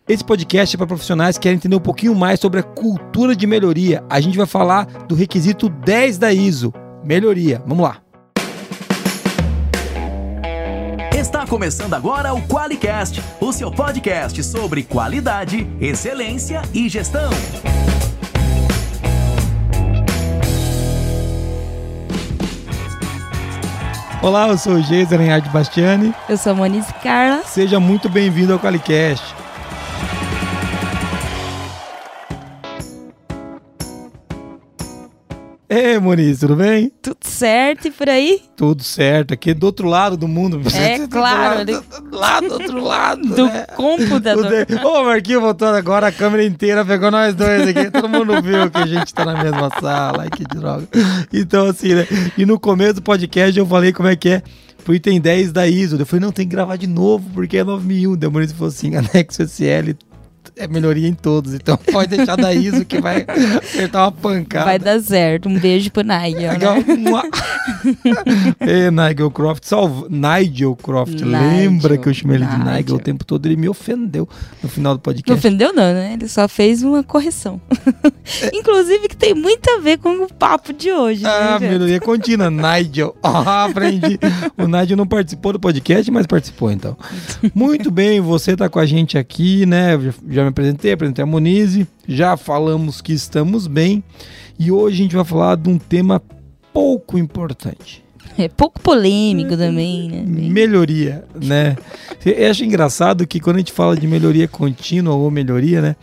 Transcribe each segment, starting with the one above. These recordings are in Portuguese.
Esse podcast é para profissionais que querem entender um pouquinho mais sobre a cultura de melhoria. A gente vai falar do requisito 10 da ISO, melhoria. Vamos lá. Está começando agora o QualiCast, o seu podcast sobre qualidade, excelência e gestão. Olá, eu sou o Geisa Renhard Bastiani. Eu sou a Moniz Carla. Seja muito bem-vindo ao QualiCast. Ei, Moniz, tudo bem? Tudo certo e por aí? Tudo certo, aqui do outro lado do mundo. É claro. Do outro lado, do né? computador. Ô, Marquinhos voltando agora, a câmera inteira pegou nós dois aqui. Todo mundo viu que a gente tá na mesma sala. Ai, que droga. Então, assim, né? E no começo do podcast eu falei como é que é pro item 10 da ISO. Eu falei, não, tem que gravar de novo, porque é 9001. Daí o Maurício falou assim, anexo SL é melhoria em todos, então pode deixar da ISO que vai acertar uma pancada. Vai dar certo. Um beijo pro Nigel, né? Nigel Croft, Nigel Croft. Lembra que eu chamei ele de Nigel o tempo todo? Ele me ofendeu no final do podcast. Não ofendeu não, né? Ele só fez uma correção. Inclusive que tem muito a ver com o papo de hoje. Melhoria contínua, Nigel. Aprendi. O Nigel não participou do podcast, mas participou então. Muito bem, você tá com a gente aqui, né? Já me apresentei a Moniz, já falamos que estamos bem e hoje a gente vai falar de um tema pouco importante. É pouco polêmico também, né? Melhoria, né? Eu acho engraçado que quando a gente fala de melhoria contínua ou melhoria, né?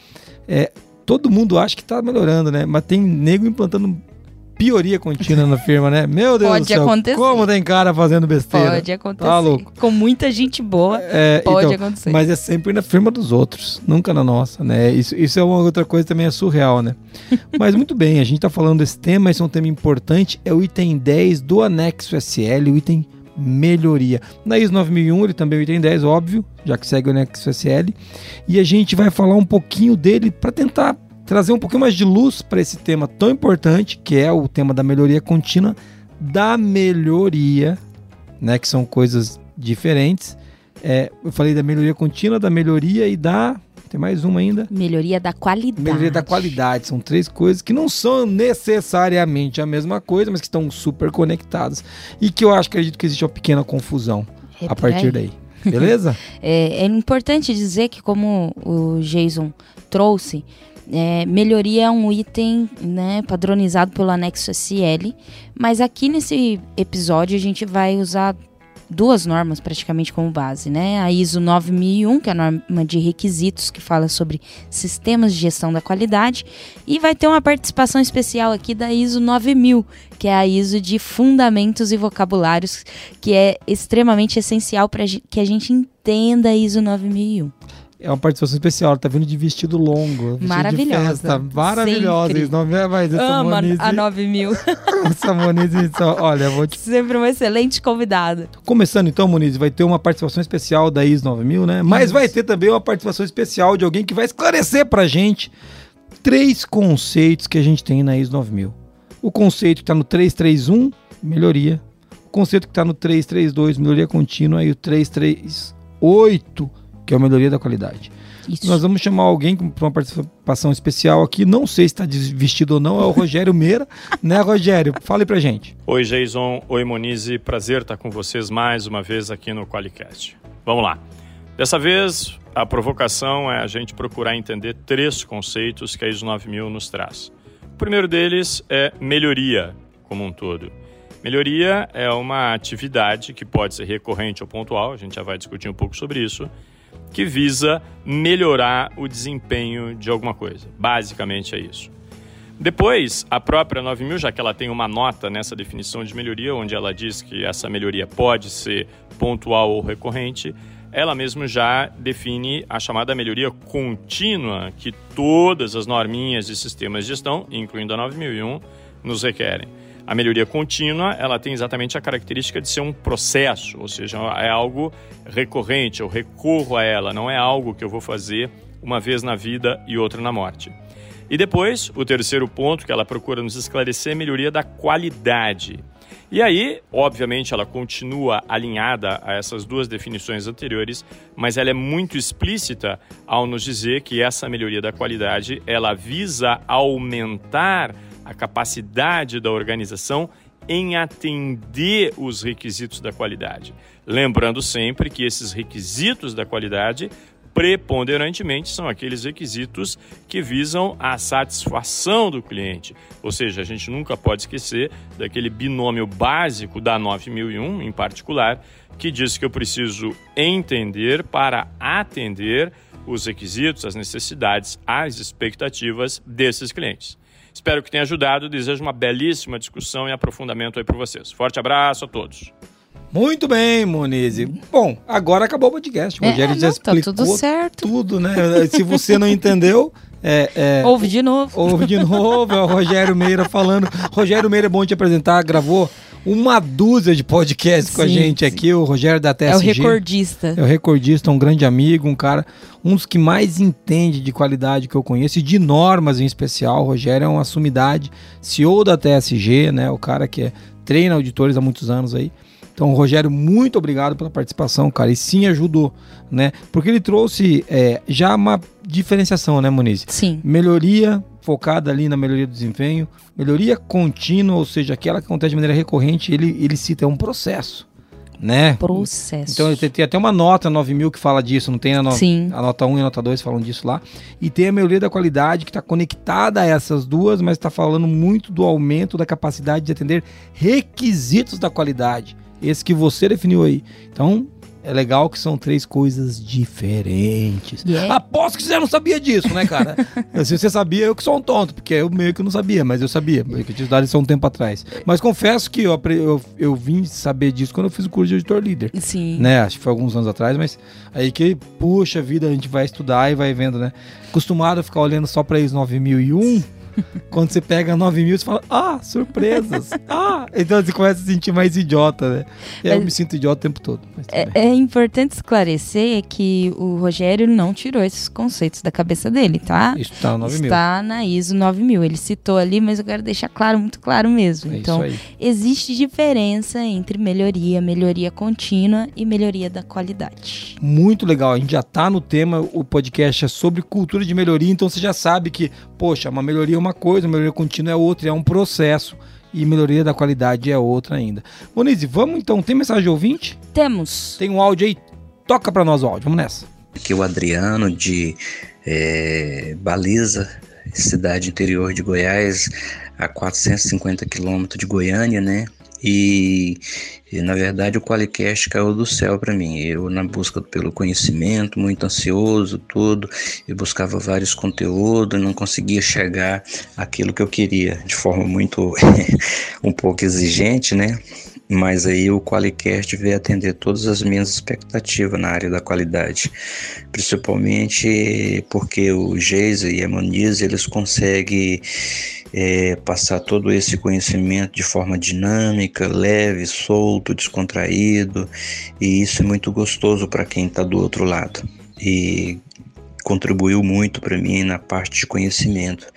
Todo mundo acha que tá melhorando, né? Mas tem nego implantando pioria contínua na firma, né? Meu Deus do céu, acontecer. Como tem cara fazendo besteira. Pode acontecer. Tá louco. Com muita gente boa, pode acontecer. Mas é sempre na firma dos outros, nunca na nossa, né? Isso é uma outra coisa também, é surreal, né? Mas muito bem, a gente tá falando desse tema, esse é um tema importante, é o item 10 do anexo SL, o item melhoria. Na ISO 9001 ele também é o item 10, óbvio, já que segue o anexo SL, e a gente vai falar um pouquinho dele para tentar trazer um pouquinho mais de luz para esse tema tão importante, que é o tema da melhoria contínua, da melhoria, né, que são coisas diferentes. Eu falei da melhoria contínua, da melhoria e da... Tem mais uma ainda? Melhoria da qualidade. Melhoria da qualidade. São três coisas que não são necessariamente a mesma coisa, mas que estão super conectadas. E que eu acredito que existe uma pequena confusão a partir daí. Beleza? É importante dizer que, como o Jason trouxe, melhoria é um item, né, padronizado pelo anexo SL, mas aqui nesse episódio a gente vai usar duas normas praticamente como base, né? A ISO 9001, que é a norma de requisitos que fala sobre sistemas de gestão da qualidade, e vai ter uma participação especial aqui da ISO 9000, que é a ISO de fundamentos e vocabulários, que é extremamente essencial para que a gente entenda a ISO 9001. É uma participação especial, ela tá vindo de vestido longo. Maravilhosa. De festa, maravilhosa. Isso não é mais essa Ama Moniz. A 9000. Essa Moniz, olha, vou te... Sempre uma excelente convidada. Começando então, Moniz, vai ter uma participação especial da ISO 9000, né? Mas vai ter também uma participação especial de alguém que vai esclarecer pra gente 3 conceitos que a gente tem na ISO 9000. O conceito que tá no 331, melhoria. O conceito que tá no 332, melhoria contínua. E o 338, que é a melhoria da qualidade. Isso. Nós vamos chamar alguém para uma participação especial aqui. Não sei se está vestido ou não, é o Rogério Meira. Né, Rogério? Fale pra gente. Oi, Jason. Oi, Moniz. Prazer estar com vocês mais uma vez aqui no QualiCast. Vamos lá. Dessa vez, a provocação é a gente procurar entender 3 conceitos que a ISO 9000 nos traz. O primeiro deles é melhoria como um todo. Melhoria é uma atividade que pode ser recorrente ou pontual, a gente já vai discutir um pouco sobre isso, que visa melhorar o desempenho de alguma coisa. Basicamente é isso. Depois, a própria 9000, já que ela tem uma nota nessa definição de melhoria, onde ela diz que essa melhoria pode ser pontual ou recorrente, ela mesma já define a chamada melhoria contínua, que todas as norminhas de sistemas de gestão, incluindo a 9001, nos requerem. A melhoria contínua, ela tem exatamente a característica de ser um processo, ou seja, é algo recorrente, eu recorro a ela, não é algo que eu vou fazer uma vez na vida e outra na morte. E depois, o terceiro ponto que ela procura nos esclarecer é a melhoria da qualidade. E aí, obviamente, ela continua alinhada a essas duas definições anteriores, mas ela é muito explícita ao nos dizer que essa melhoria da qualidade, ela visa aumentar a capacidade da organização em atender os requisitos da qualidade. Lembrando sempre que esses requisitos da qualidade, preponderantemente, são aqueles requisitos que visam a satisfação do cliente. Ou seja, a gente nunca pode esquecer daquele binômio básico da 9001, em particular, que diz que eu preciso entender para atender os requisitos, as necessidades, as expectativas desses clientes. Espero que tenha ajudado, desejo uma belíssima discussão e aprofundamento aí para vocês. Forte abraço a todos. Muito bem, Moniz. Bom, agora acabou o podcast. O Rogério já explicou tá tudo certo. Tudo, né? Se você não entendeu... Ouve de novo. Ouve de novo, é o Rogério Meira falando. Rogério Meira é bom te apresentar, gravou uma dúzia de podcasts com a gente aqui, o Rogério da TSG. É o recordista. É o recordista, um grande amigo, um cara, um dos que mais entende de qualidade que eu conheço e de normas em especial. O Rogério é uma sumidade, CEO da TSG, né? O cara que treina auditores há muitos anos aí. Então, Rogério, muito obrigado pela participação, cara. E sim, ajudou, né? Porque ele trouxe já uma diferenciação, né, Moniz? Sim. Melhoria focada ali na melhoria do desempenho, melhoria contínua, ou seja, aquela que acontece de maneira recorrente, ele cita, é um processo, né? Processo. Então, tem até uma nota 9000 que fala disso, não tem Sim. A nota 1 e a nota 2 falam disso lá. E tem a melhoria da qualidade que está conectada a essas duas, mas está falando muito do aumento da capacidade de atender requisitos da qualidade. Esse que você definiu aí. Então, é legal que são 3 coisas diferentes. Aposto que você já não sabia disso, né, cara? Se você sabia, eu que sou um tonto, porque eu meio que não sabia, mas eu sabia. Eu tinha estudado isso há um tempo atrás. Mas confesso que eu vim saber disso quando eu fiz o curso de auditor líder. Sim. Né? Acho que foi alguns anos atrás, mas aí que, puxa vida, a gente vai estudar e vai vendo, né? Acostumado a ficar olhando só para ISO 9001... Quando você pega 9000, você fala, surpresas. Então você começa a se sentir mais idiota, né? Eu me sinto idiota o tempo todo. É importante esclarecer que o Rogério não tirou esses conceitos da cabeça dele, tá? Isso está no 9000. Está na ISO 9000. Ele citou ali, mas eu quero deixar claro, muito claro mesmo. Então, existe diferença entre melhoria contínua e melhoria da qualidade. Muito legal. A gente já está no tema, o podcast é sobre cultura de melhoria, então você já sabe que, poxa, uma melhoria é uma coisa, melhoria contínua é outra, é um processo, e melhoria da qualidade é outra ainda. Moniz, vamos então, tem mensagem de ouvinte? Temos. Tem um áudio aí? Toca para nós o áudio, vamos nessa. Aqui o Adriano de Baliza, cidade interior de Goiás, a 450 quilômetros de Goiânia, né? E na verdade o Qualicast caiu do céu para mim. Eu, na busca pelo conhecimento, muito ansioso, tudo, eu buscava vários conteúdos, não conseguia chegar àquilo que eu queria, de forma muito um pouco exigente, né? Mas aí o Qualicast veio atender todas as minhas expectativas na área da qualidade, principalmente porque o Geisa e a Moniz, eles conseguem passar todo esse conhecimento de forma dinâmica, leve, solto, descontraído, e isso é muito gostoso para quem está do outro lado. E contribuiu muito para mim na parte de conhecimento.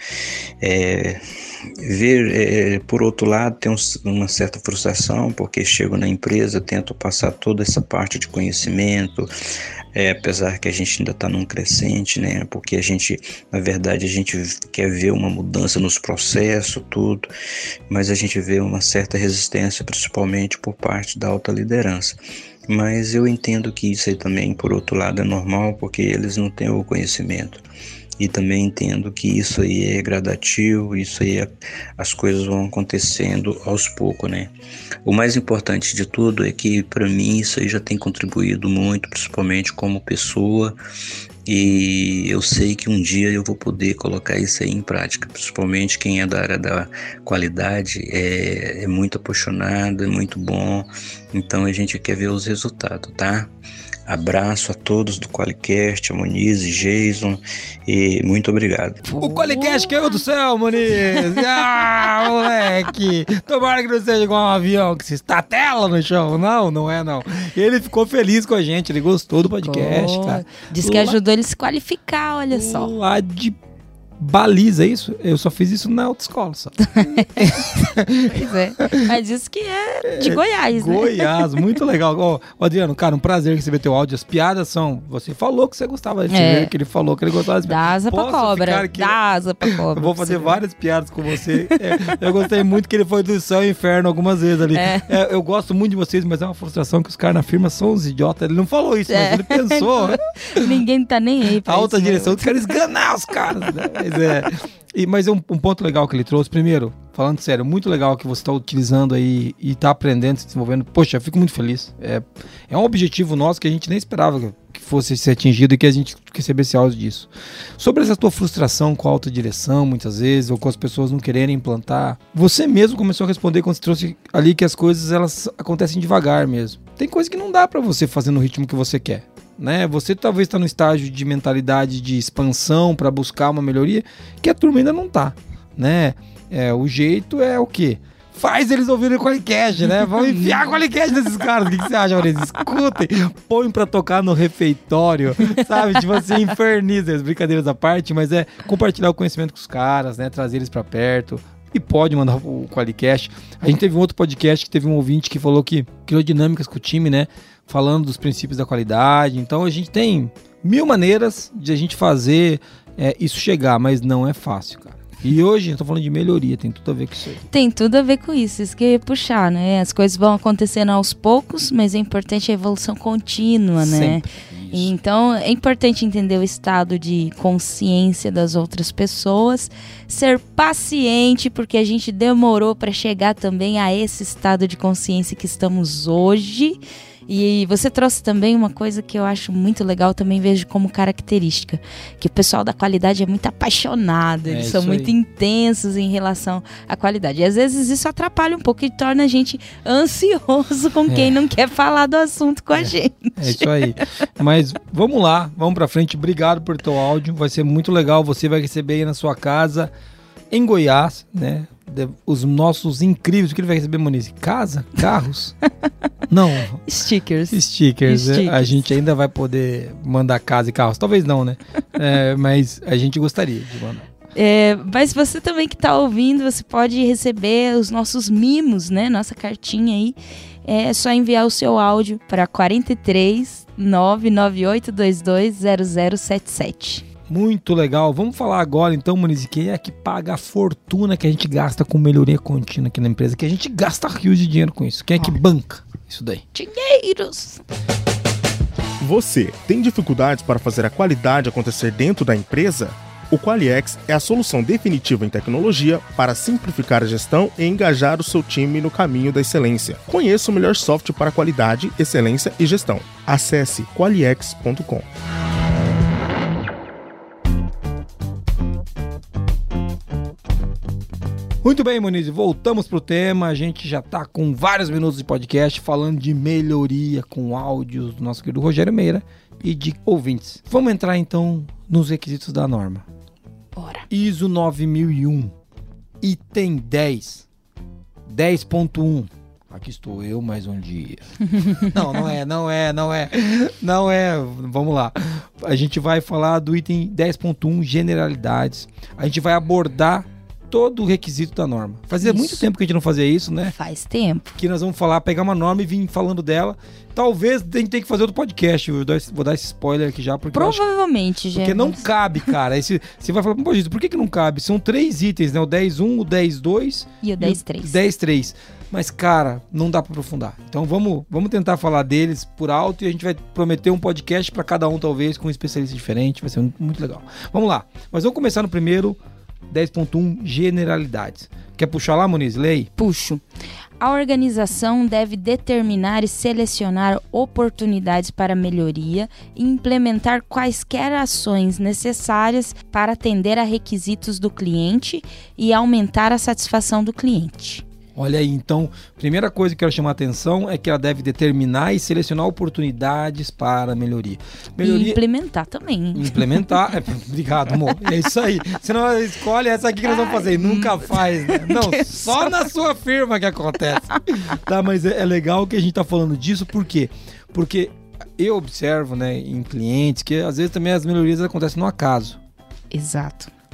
Por outro lado, tem uma certa frustração, porque chego na empresa, tento passar toda essa parte de conhecimento, apesar que a gente ainda está num crescente, né? Porque na verdade, a gente quer ver uma mudança nos processos, tudo, mas a gente vê uma certa resistência, principalmente por parte da alta liderança. Mas eu entendo que isso aí também, por outro lado, é normal, porque eles não têm o conhecimento. E também entendo que isso aí é gradativo, isso aí as coisas vão acontecendo aos poucos, né? O mais importante de tudo é que, para mim, isso aí já tem contribuído muito, principalmente como pessoa, e eu sei que um dia eu vou poder colocar isso aí em prática, principalmente quem é da área da qualidade, é muito apaixonado, é muito bom, então a gente quer ver os resultados, tá? Abraço a todos do Qualicast, a Moniz e Jason, e muito obrigado. O Qualicast caiu do céu, Moniz! Moleque! Tomara que não seja igual um avião que se estatela no chão. Não é não. Ele ficou feliz com a gente, ele gostou do podcast, cara. Diz que ajudou ele a se qualificar, olha só. Lá de baliza isso. Eu só fiz isso na autoescola, só. Pois é. Mas isso que é de Goiás, né? Goiás, muito legal. Ó, Adriano, cara, um prazer receber teu áudio. As piadas são... Você falou que você gostava desse vídeo, que ele falou que ele gostava das piadas. Dá asa pra cobra. Dá asa pra cobra. Eu vou fazer várias piadas com você. Eu gostei muito que ele foi do céu ao inferno algumas vezes ali. Eu gosto muito de vocês, mas é uma frustração que os caras na firma são uns idiotas. Ele não falou isso, mas ele pensou. Ninguém tá nem aí pra a alta isso, direção dos caras esganar os caras. Né? Mas um ponto legal que ele trouxe. Primeiro, falando sério, muito legal que você está utilizando aí e está aprendendo, se desenvolvendo. Poxa, eu fico muito feliz. É um objetivo nosso que a gente nem esperava que fosse ser atingido e que a gente recebesse áudio disso. Sobre essa tua frustração com a alta direção, muitas vezes, ou com as pessoas não quererem implantar, você mesmo começou a responder quando você trouxe ali que as coisas elas acontecem devagar mesmo. Tem coisa que não dá para você fazer no ritmo que você quer. Né? Você talvez está no estágio de mentalidade de expansão para buscar uma melhoria que a turma ainda não está, né? O jeito é o quê? Faz eles ouvirem o Qualicast, né? Vamos enfiar o Qualicast nesses caras. O que você acha, Maurício? Escutem, põe pra tocar no refeitório, sabe? Tipo assim, inferniza, as brincadeiras à parte, mas é compartilhar o conhecimento com os caras, né? Trazer eles pra perto. E pode mandar o Qualicast. A gente teve um outro podcast que teve um ouvinte que falou que criou dinâmicas com o time, né? Falando dos princípios da qualidade. Então a gente tem 1000 maneiras de a gente fazer isso chegar, mas não é fácil, cara. E hoje eu tô falando de melhoria, tem tudo a ver com isso aí. Tem tudo a ver com isso que eu ia puxar, né? As coisas vão acontecendo aos poucos, mas é importante a evolução contínua, né? Sempre. Então é importante entender o estado de consciência das outras pessoas, ser paciente, porque a gente demorou para chegar também a esse estado de consciência que estamos hoje. E você trouxe também uma coisa que eu acho muito legal, também vejo como característica, que o pessoal da qualidade é muito apaixonado, eles são muito intensos em relação à qualidade. E às vezes isso atrapalha um pouco e torna a gente ansioso com quem não quer falar do assunto com a gente. É isso aí. Mas vamos lá, vamos pra frente. Obrigado por teu áudio, vai ser muito legal. Você vai receber aí na sua casa, em Goiás, né? Os nossos incríveis, o que ele vai receber, Moniz? Casa? Carros? Não. Stickers. A gente ainda vai poder mandar casa e carros. Talvez não, né? Mas a gente gostaria de mandar. Mas você também que está ouvindo, você pode receber os nossos mimos, né? Nossa cartinha aí. É só enviar o seu áudio para 43 99822 0077. Muito legal. Vamos falar agora então, Moniz, quem é que paga a fortuna que a gente gasta com melhoria contínua aqui na empresa, que a gente gasta rios de dinheiro com isso. Quem é que banca isso daí? Dinheiros! Você tem dificuldades para fazer a qualidade acontecer dentro da empresa? O Qualiex é a solução definitiva em tecnologia para simplificar a gestão e engajar o seu time no caminho da excelência. Conheça o melhor software para qualidade, excelência e gestão. Acesse qualiex.com. Muito bem, Moniz, voltamos pro tema. A gente já tá com vários minutos de podcast falando de melhoria com áudios do nosso querido Rogério Meira e de ouvintes. Vamos entrar então nos requisitos da norma. Bora. ISO 9001, item 10, 10.1. Aqui estou eu mais um dia. Não é. Vamos lá. A gente vai falar do item 10.1, generalidades. A gente vai abordar todo o requisito da norma. Fazia muito tempo que a gente não fazia isso, né? Faz tempo. Que nós vamos falar, pegar uma norma e vir falando dela. Talvez a gente tenha que fazer outro podcast. Vou dar esse spoiler aqui já. Porque provavelmente, já. Porque não cabe, cara. Aí você vai falar, pô, Jesus, por que não cabe? São 3 itens, né? O 10.1, o 10.2 e o 10.3. 10.3. Mas, cara, não dá pra aprofundar. Então vamos tentar falar deles por alto e a gente vai prometer um podcast pra cada um, talvez, com um especialista diferente. Vai ser muito legal. Vamos lá. Mas vamos começar no primeiro 10.1, generalidades. Quer puxar lá, Moniz? Lei? Puxo. A organização deve determinar e selecionar oportunidades para melhoria e implementar quaisquer ações necessárias para atender a requisitos do cliente e aumentar a satisfação do cliente. Olha aí, então, primeira coisa que eu quero chamar a atenção é que ela deve determinar e selecionar oportunidades para melhoria. E implementar também. Implementar. Obrigado, amor. É isso aí. Senão escolhe essa aqui que nós vamos fazer. Nunca faz, né? Não, só na sua firma que acontece. Tá, mas é legal que a gente tá falando disso, por quê? Porque eu observo, né, em clientes, que às vezes também as melhorias acontecem no acaso. Exato.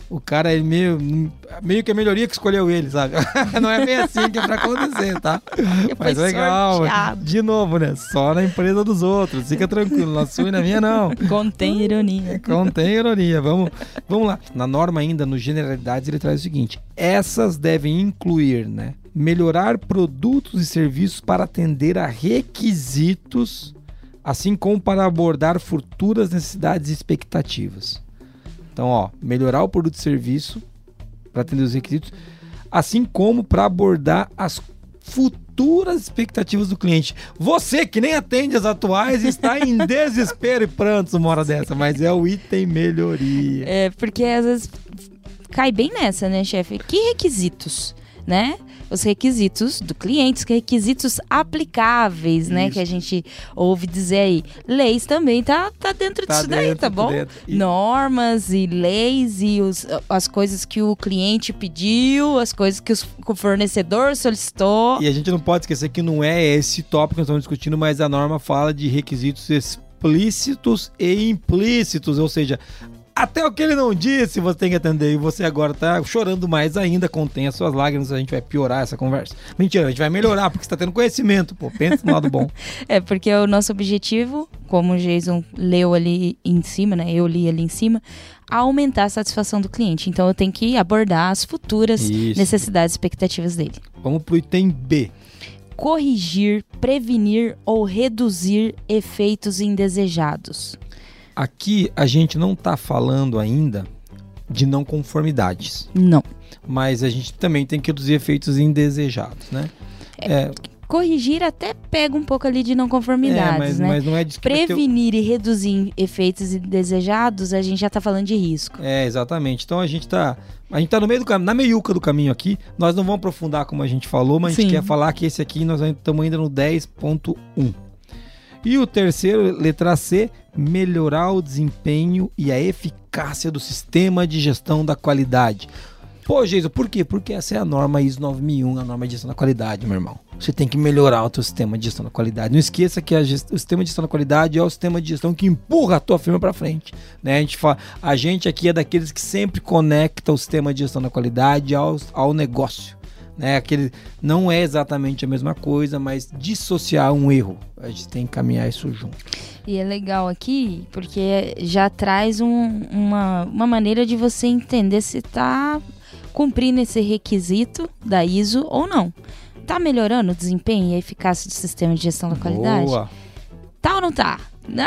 O cara é meio que a melhoria que escolheu ele, sabe? Não é bem assim que é pra acontecer, tá? Mas legal. Sorteado. De novo, né? Só na empresa dos outros. Fica tranquilo, na sua e na minha não. Contém ironia. Contém ironia. Vamos lá. Na norma ainda, no generalidades, ele traz o seguinte. Essas devem incluir, né? Melhorar produtos e serviços para atender a requisitos, assim como para abordar futuras necessidades e expectativas. Então, ó, melhorar o produto e serviço para atender os requisitos, assim como para abordar as futuras expectativas do cliente. Você que nem atende as atuais está em desespero e prantos uma hora dessa, mas é o item melhoria. É, porque às vezes cai bem nessa, né, chefe? Que requisitos, né? Os requisitos do cliente, os requisitos aplicáveis, né? Que a gente ouve dizer aí. Leis também tá dentro disso daí, tá bom? Normas e leis e as coisas que o cliente pediu, as coisas que o fornecedor solicitou. E a gente não pode esquecer que não é esse tópico que nós estamos discutindo, mas a norma fala de requisitos explícitos e implícitos, ou seja, até o que ele não disse você tem que atender, e você agora tá chorando mais ainda, contém as suas lágrimas, a gente vai piorar essa conversa. Mentira, a gente vai melhorar, porque você tá tendo conhecimento, pô, pensa no lado bom. É, porque o nosso objetivo, como o Jason leu ali em cima, né, eu li ali em cima, aumentar a satisfação do cliente. Então eu tenho que abordar as futuras necessidades e expectativas dele. Vamos pro item B. Corrigir, prevenir ou reduzir efeitos indesejados. Aqui a gente não está falando ainda de não conformidades. Não. Mas a gente também tem que reduzir efeitos indesejados, né? Corrigir até pega um pouco ali de não conformidades, né? Mas não é de prevenir e reduzir efeitos indesejados, a gente já está falando de risco. É, exatamente. Então a gente tá no meio do caminho, na meiuca do caminho aqui. Nós não vamos aprofundar como a gente falou, mas a gente quer falar que esse aqui nós estamos ainda no 10.1. E o terceiro, letra C, melhorar o desempenho e a eficácia do sistema de gestão da qualidade. Pô, Geiso, por quê? Porque essa é a norma ISO 9001, a norma de gestão da qualidade, meu irmão. Você tem que melhorar o teu sistema de gestão da qualidade. Não esqueça que o sistema de gestão da qualidade é o sistema de gestão que empurra a tua firma para frente, né? A gente aqui é daqueles que sempre conecta o sistema de gestão da qualidade ao negócio. Né, aquele não é exatamente a mesma coisa, mas dissociar um erro, a gente tem que caminhar isso junto. E é legal aqui porque já traz uma maneira de você entender se está cumprindo esse requisito da ISO ou não. Tá melhorando o desempenho e a eficácia do sistema de gestão da qualidade? Boa. Tá ou não tá?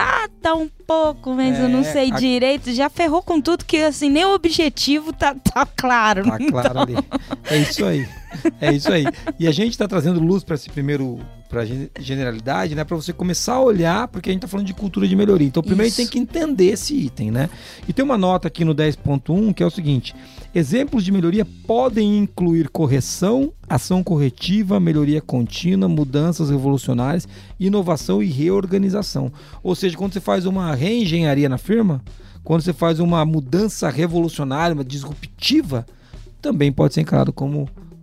Tá um pouco, mas eu não sei direito. Já ferrou com tudo que, assim, nem o objetivo tá claro. Tá claro ali. É isso aí. É isso aí. E a gente tá trazendo luz para esse primeiro, para generalidade, né? Para você começar a olhar, porque a gente tá falando de cultura de melhoria. Então, primeiro a gente tem que entender esse item, né? E tem uma nota aqui no 10.1 que é o seguinte: exemplos de melhoria podem incluir correção, ação corretiva, melhoria contínua, mudanças revolucionárias, inovação e reorganização. Ou seja, quando você faz uma reengenharia na firma, quando você faz uma mudança revolucionária, uma disruptiva, também pode ser encarado como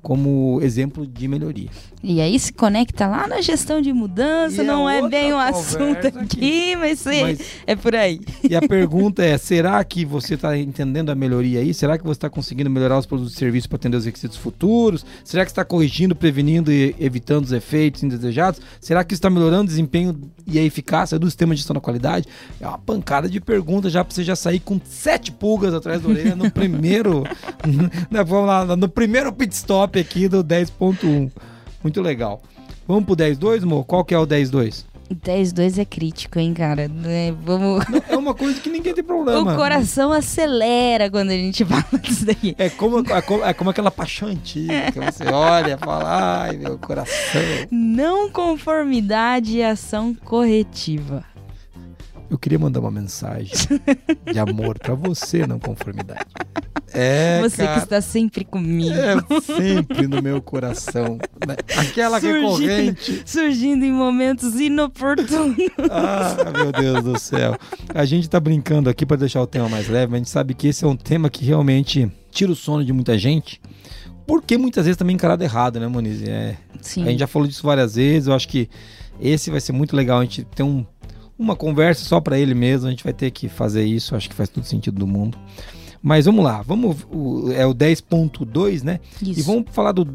exemplo de melhoria. E aí se conecta lá na gestão de mudança, não é bem um assunto aqui, mas é por aí. E a pergunta é, será que você está entendendo a melhoria aí? Será que você está conseguindo melhorar os produtos e serviços para atender os requisitos futuros? Será que está corrigindo, prevenindo e evitando os efeitos indesejados? Será que está melhorando o desempenho e a eficácia do sistema de gestão da qualidade? É uma pancada de perguntas já para você já sair com 7 pulgas atrás da orelha no primeiro vamos lá, no primeiro pit stop aqui do 10.1. Muito legal. Vamos pro 10.2, amor? Qual que é o 10.2? 10.2 é crítico, hein, cara? Vamos... Não, é uma coisa que ninguém tem problema. O coração acelera quando a gente fala disso daí. É como aquela paixão antiga, que você olha e fala, ai, meu coração. Não conformidade e ação corretiva. Eu queria mandar uma mensagem de amor pra você, não conformidade. Você, cara, que está sempre comigo. Sempre no meu coração. Né? Aquela recorrente. Surgindo em momentos inoportunos. Meu Deus do céu. A gente tá brincando aqui para deixar o tema mais leve, mas a gente sabe que esse é um tema que realmente tira o sono de muita gente. Porque muitas vezes também encarado errado, né, Moniz? Sim. A gente já falou disso várias vezes. Eu acho que esse vai ser muito legal. A gente ter uma conversa só para ele mesmo. A gente vai ter que fazer isso. Acho que faz todo sentido do mundo. Mas vamos lá, é o 10.2, né? Isso. E vamos falar do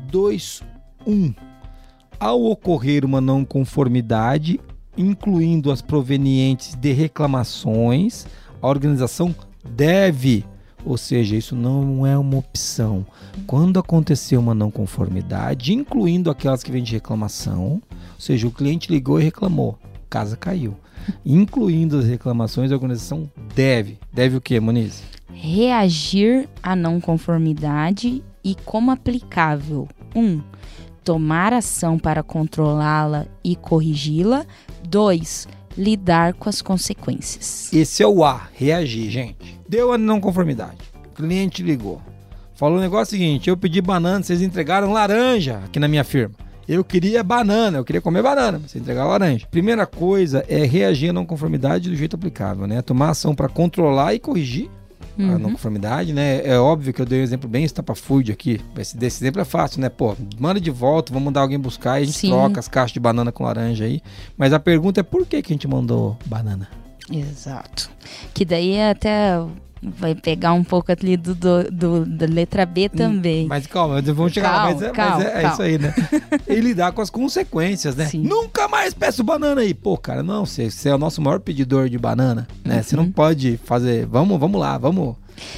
10.2.1. Ao ocorrer uma não conformidade, incluindo as provenientes de reclamações, a organização deve, ou seja, isso não é uma opção. Quando acontecer uma não conformidade, incluindo aquelas que vêm de reclamação, ou seja, o cliente ligou e reclamou, casa caiu. Incluindo as reclamações, a organização deve o quê, Moniz? Reagir à não conformidade e, como aplicável, 1. Tomar ação para controlá-la e corrigi-la. 2. Lidar com as consequências. Esse é o A, reagir, gente. Deu a não conformidade. O cliente ligou. Falou o negócio seguinte, eu pedi banana, vocês entregaram laranja aqui na minha firma. Eu queria banana, eu queria comer banana, vocês entregaram laranja. Primeira coisa é reagir à não conformidade do jeito aplicável, né? Tomar ação para controlar e corrigir a não conformidade, né? É óbvio que eu dei um exemplo bem estapafúrdio aqui. Desse exemplo é fácil, né? Pô, manda de volta, vamos mandar alguém buscar e a gente troca as caixas de banana com laranja aí. Mas a pergunta é por que a gente mandou banana? Exato. Que daí até vai pegar um pouco ali da letra B também. Mas calma, vamos chegar lá. Mas é isso aí, né? E lidar com as consequências, né? Sim. Nunca mais peço banana aí. Pô, cara, não, você é o nosso maior pedidor de banana, né? Você não pode fazer... Vamos lá, vamos...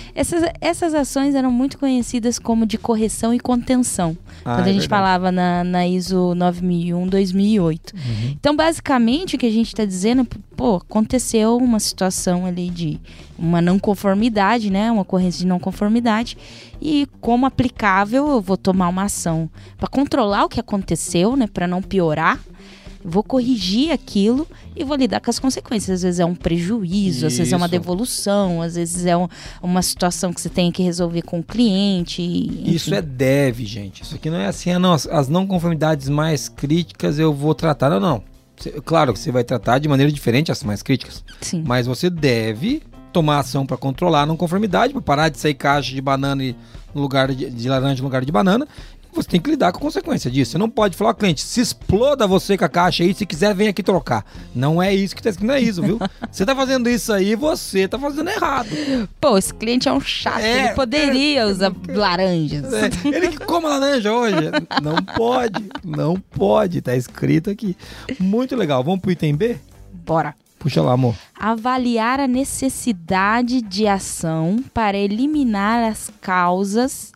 Essas ações eram muito conhecidas como de correção e contenção, quando a gente falava na ISO 9001-2008. Então, basicamente, o que a gente está dizendo, aconteceu uma situação ali de uma não conformidade, né? Uma ocorrência de não conformidade, e como aplicável, eu vou tomar uma ação para controlar o que aconteceu, né? Para não piorar. Vou corrigir aquilo e vou lidar com as consequências. Às vezes é um prejuízo, às vezes é uma devolução, às vezes é uma situação que você tem que resolver com o cliente. Enfim. Isso é deve, gente. Isso aqui não é assim, não. As não conformidades mais críticas eu vou tratar. Não. Claro que você vai tratar de maneira diferente as mais críticas. Sim. Mas você deve tomar ação para controlar a não conformidade, para parar de sair caixa de banana no lugar de laranja no lugar de banana. Você tem que lidar com a consequência disso. Você não pode falar ao cliente, se exploda você com a caixa aí, se quiser vem aqui trocar. Não é isso que tá escrito na ISO, viu? Você tá fazendo isso aí, você tá fazendo errado. Pô, esse cliente é um chato, ele poderia usar laranjas. Ele que come laranja hoje. Não pode, tá escrito aqui. Muito legal, vamos pro item B? Bora. Puxa lá, amor. Avaliar a necessidade de ação para eliminar as causas,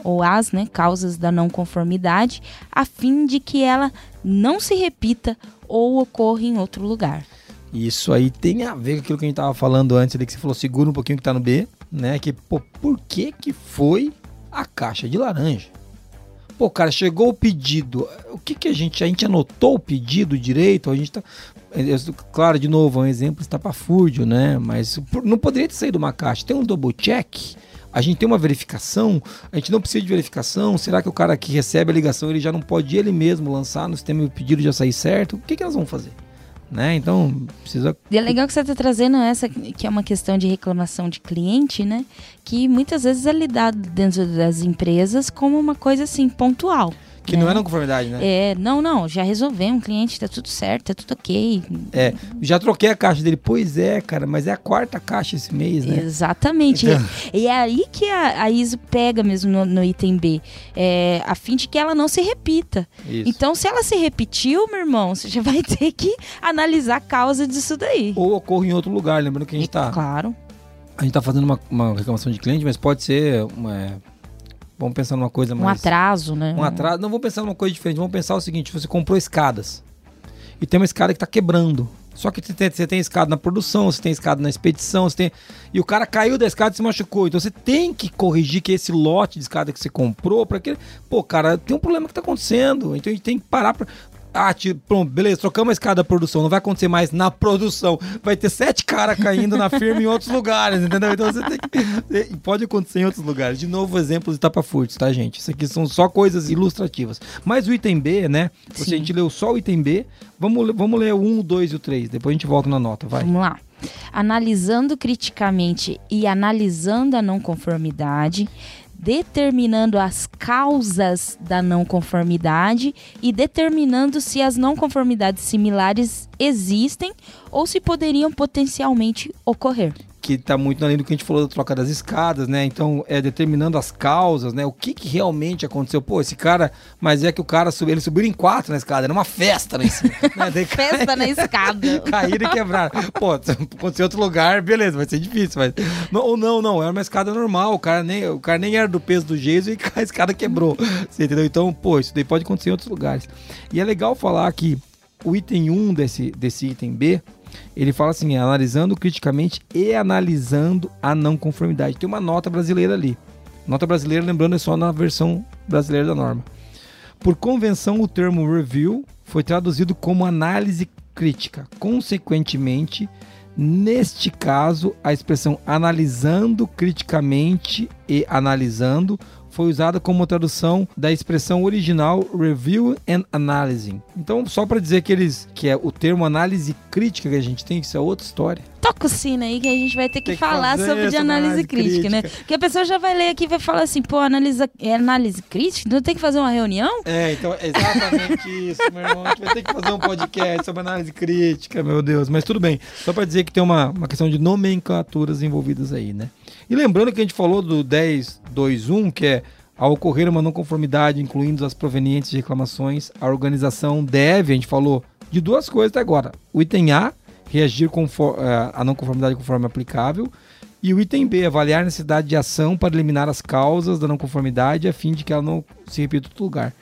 causas da não conformidade, a fim de que ela não se repita ou ocorra em outro lugar. Isso aí tem a ver com aquilo que a gente tava falando antes, ali que você falou, segura um pouquinho que tá no B, né? Que, por que foi a caixa de laranja? Cara, chegou o pedido. O que a gente anotou o pedido direito? A gente tá... Claro, de novo, é um exemplo estapafúrdio, né? Mas não poderia ter saído uma caixa. Tem um double check? A gente tem uma verificação? A gente não precisa de verificação? Será que o cara que recebe a ligação, ele já não pode ele mesmo lançar no sistema e o pedido já sair certo? O que elas vão fazer? Né? Então, precisa... E é legal que você está trazendo essa, que é uma questão de reclamação de cliente, né? Que muitas vezes é lidado dentro das empresas como uma coisa assim, pontual. Que não é não conformidade, né? Não, já resolvemos, um cliente, tá tudo certo, tá tudo ok. Já troquei a caixa dele. Pois é, cara, mas é a 4ª caixa esse mês, né? Exatamente. Então... E é aí que a ISO pega mesmo no item B, a fim de que ela não se repita. Isso. Então, se ela se repetiu, meu irmão, você já vai ter que analisar a causa disso daí. Ou ocorre em outro lugar, lembrando que a gente tá... Claro. A gente tá fazendo uma reclamação de cliente, mas pode ser vamos pensar numa coisa mais... Um atraso, né? Um atraso. Não, vamos pensar numa coisa diferente. Vamos pensar o seguinte, você comprou escadas e tem uma escada que está quebrando. Só que você tem escada na produção, você tem escada na expedição, e o cara caiu da escada e se machucou. Então você tem que corrigir que esse lote de escada que você comprou, para que... cara, tem um problema que está acontecendo. Então a gente tem que parar para... pronto, beleza, trocamos a escada da produção, não vai acontecer mais na produção, vai ter 7 caras caindo na firma em outros lugares, entendeu? Então você tem que... Pode acontecer em outros lugares. De novo, exemplos estapafúrdios, tá, gente? Isso aqui são só coisas ilustrativas. Mas o item B, né? A gente leu só o item B, vamos ler o 1, o 2 e o 3, depois a gente volta na nota, vai. Vamos lá. Analisando criticamente e analisando a não conformidade, determinando as causas da não conformidade e determinando se as não conformidades similares existem ou se poderiam potencialmente ocorrer. que está muito na linha do que a gente falou da troca das escadas, né? Então, determinando as causas, né? O que realmente aconteceu. Pô, esse cara... Mas é que o cara subiu... Ele subiu em 4 na escada. Era uma festa lá em cima. Né? Festa na escada. Caíram e quebraram. Pô, se acontecer em outro lugar, beleza, vai ser difícil. Mas... Não. Era uma escada normal. O cara nem era do peso do Jason e a escada quebrou. Você entendeu? Então, pô, isso daí pode acontecer em outros lugares. E é legal falar que o item 1 desse item B... Ele fala assim, analisando criticamente e analisando a não conformidade. Tem uma nota brasileira ali. Nota brasileira, lembrando, é só na versão brasileira da norma. Por convenção, o termo review foi traduzido como análise crítica. Consequentemente, neste caso, a expressão analisando criticamente e analisando foi usada como tradução da expressão original Review and Analyzing. Então, só para dizer que é o termo análise crítica que a gente tem, isso é outra história. Toca o sino aí que a gente vai ter que falar sobre análise crítica, né? Porque a pessoa já vai ler aqui e vai falar assim, pô, análise crítica? Não tem que fazer uma reunião? Então, é exatamente isso, meu irmão. A gente vai ter que fazer um podcast sobre análise crítica, meu Deus. Mas tudo bem, só para dizer que tem uma questão de nomenclaturas envolvidas aí, né? E lembrando que a gente falou do 10.2.1, que é ao ocorrer uma não conformidade, incluindo as provenientes de reclamações, a organização deve, a gente falou de duas coisas até agora. O item A, reagir à não conformidade conforme aplicável, e o item B, avaliar a necessidade de ação para eliminar as causas da não conformidade a fim de que ela não se repita em outro lugar.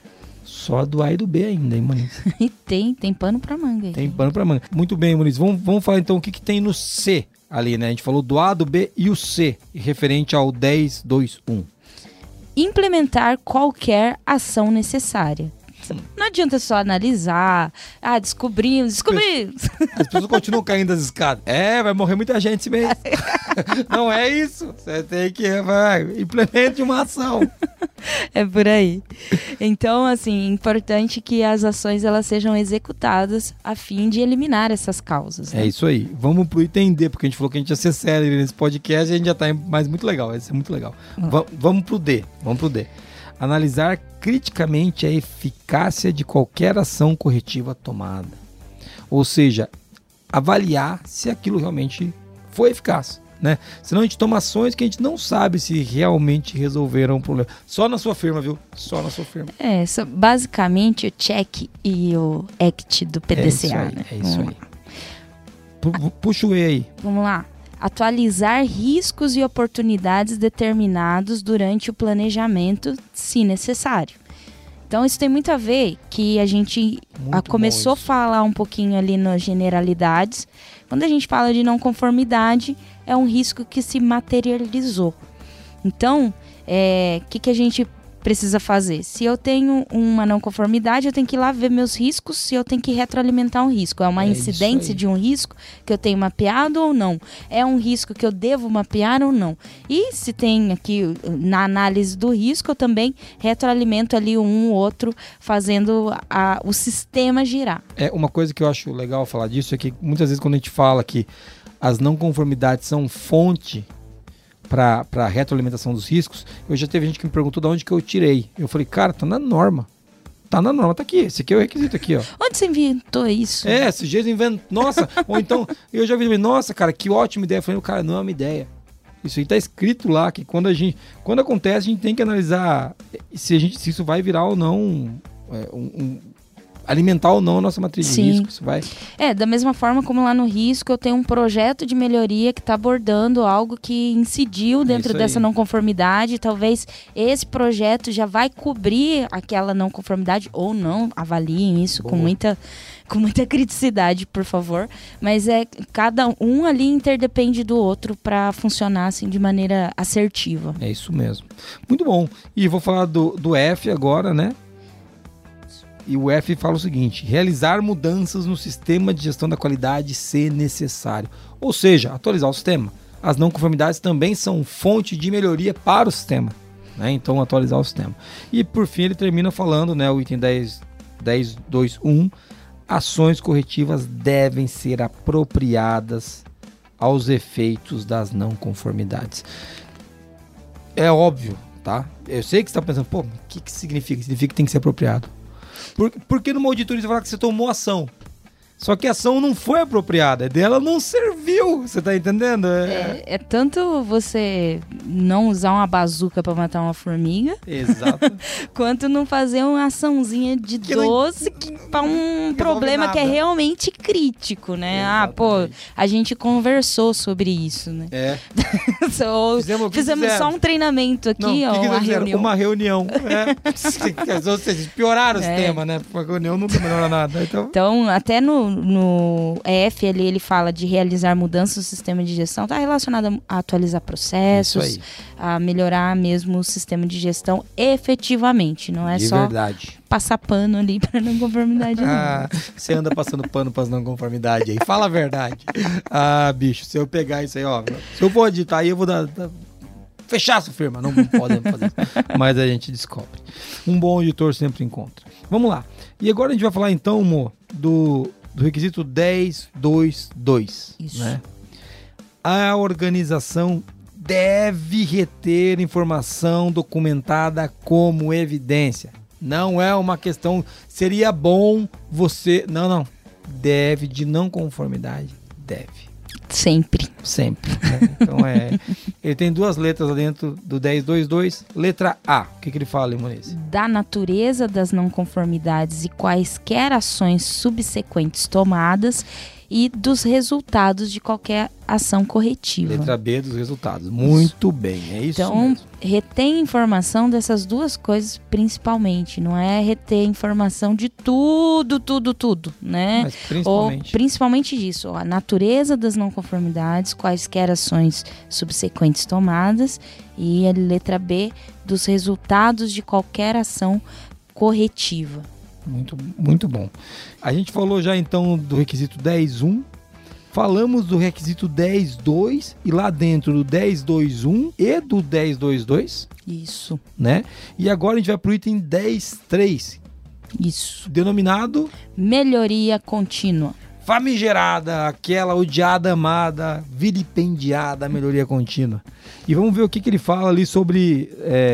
Só do A e do B ainda, hein, Muniz? E tem pano pra manga aí. Tem pano pra manga. Muito bem, Muniz. Vamos falar então o que tem no C ali, né? A gente falou do A, do B e o C, referente ao 10.2.1. Implementar qualquer ação necessária. Não adianta só analisar, descobrimos. As pessoas continuam caindo das escadas. Vai morrer muita gente esse mês. Não é isso. Você tem que implemente uma ação. É por aí. Então, assim, é importante que as ações elas sejam executadas a fim de eliminar essas causas. Né? É isso aí. Vamos pro item D, porque a gente falou que a gente ia ser sério nesse podcast e a gente já tá mais muito legal. Vai ser muito legal. Vamos pro D. Analisar criticamente a eficácia de qualquer ação corretiva tomada. Ou seja, avaliar se aquilo realmente foi eficaz. Né? Senão a gente toma ações que a gente não sabe se realmente resolveram o problema. Só na sua firma, viu? Só na sua firma. Basicamente o check e o act do PDCA. É isso aí. Puxa o E aí. Vamos lá. Atualizar riscos e oportunidades determinados durante o planejamento, se necessário. Então, isso tem muito a ver que a gente começou a falar um pouquinho ali nas generalidades. Quando a gente fala de não conformidade, é um risco que se materializou. Então, que a gente precisa fazer? Se eu tenho uma não conformidade, eu tenho que ir lá ver meus riscos, se eu tenho que retroalimentar um risco. É uma incidência de um risco que eu tenho mapeado ou não? É um risco que eu devo mapear ou não? E se tem aqui, na análise do risco, eu também retroalimento ali um ou outro, fazendo o sistema girar. Uma coisa que eu acho legal falar disso é que muitas vezes quando a gente fala que as não conformidades são fonte para a retroalimentação dos riscos, eu já teve gente que me perguntou de onde que eu tirei. Eu falei, cara, tá na norma. Tá na norma, tá aqui. Esse aqui é o requisito aqui, ó. Onde você inventou isso? Esses dias inventou. Nossa, ou então, eu já vi, nossa, cara, que ótima ideia. Eu falei, cara, não é uma ideia. Isso aí tá escrito lá, que quando acontece, a gente tem que analisar se isso vai virar ou não alimentar ou não a nossa matriz de risco. Isso vai... da mesma forma como lá no risco eu tenho um projeto de melhoria que está abordando algo que incidiu dentro dessa não conformidade. Talvez esse projeto já vai cobrir aquela não conformidade ou não. Avaliem isso com muita criticidade, por favor. Mas cada um ali interdepende do outro para funcionar assim de maneira assertiva. É isso mesmo. Muito bom. E vou falar do F agora, né? E o F fala o seguinte: realizar mudanças no sistema de gestão da qualidade se necessário. Ou seja, atualizar o sistema. As não conformidades também são fonte de melhoria para o sistema. Né? Então, atualizar o sistema. E por fim, ele termina falando, né, o item 10.2.1, ações corretivas devem ser apropriadas aos efeitos das não conformidades. É óbvio, tá? Eu sei que você está pensando, o que significa? Significa que tem que ser apropriado. Porque numa auditoria você fala que você tomou ação. Só que a ação não foi apropriada, dela não serviu, você tá entendendo? É tanto você não usar uma bazuca pra matar uma formiga, Exato. quanto não fazer uma açãozinha de Que 12 pra um problema que é nada. realmente crítico, né? Ah, pô, a gente conversou sobre isso, né? É. Fizemos só um treinamento aqui, Não, ó, que uma eles fizeram? reunião. Uma reunião. Ou seja, eles pioraram os temas, né? Uma reunião não melhora nada. Então, até no EF ele fala de realizar mudanças no sistema de gestão, tá relacionado a atualizar processos, a melhorar mesmo o sistema de gestão efetivamente, não é de só verdade. Passar pano ali para não conformidade. Você anda passando pano para as não conformidade aí, fala a verdade. Bicho, se eu pegar isso aí, ó, se eu for editar aí, eu vou fechar essa firma, não podemos fazer isso. Mas a gente descobre. Um bom editor sempre encontra. Vamos lá. E agora a gente vai falar então, Mo, do requisito 10.2.2. Isso. Né? A organização deve reter informação documentada como evidência. Não é uma questão, seria bom você... Não. Deve, de não conformidade, deve. Sempre. Né? Então ele tem duas letras lá dentro do 10.2.2. Letra A. O que ele fala, Limoniz? Da natureza das não conformidades e quaisquer ações subsequentes tomadas e dos resultados de qualquer ação corretiva. Letra B, dos resultados. Muito bem, é isso então, mesmo. retém informação dessas duas coisas principalmente. Não é reter informação de tudo, né? Mas principalmente. Ou, principalmente disso. A natureza das não conformidades, quaisquer ações subsequentes tomadas. E a letra B, dos resultados de qualquer ação corretiva. Muito, muito bom. A gente falou já então do requisito 10.1. Falamos do requisito 10.2 e lá dentro do 10.2.1 e do 10.2.2. Isso. Né? E agora a gente vai para o item 10.3. Isso. Denominado... melhoria contínua. Famigerada, aquela odiada, amada, vilipendiada melhoria contínua. E vamos ver o que ele fala ali sobre...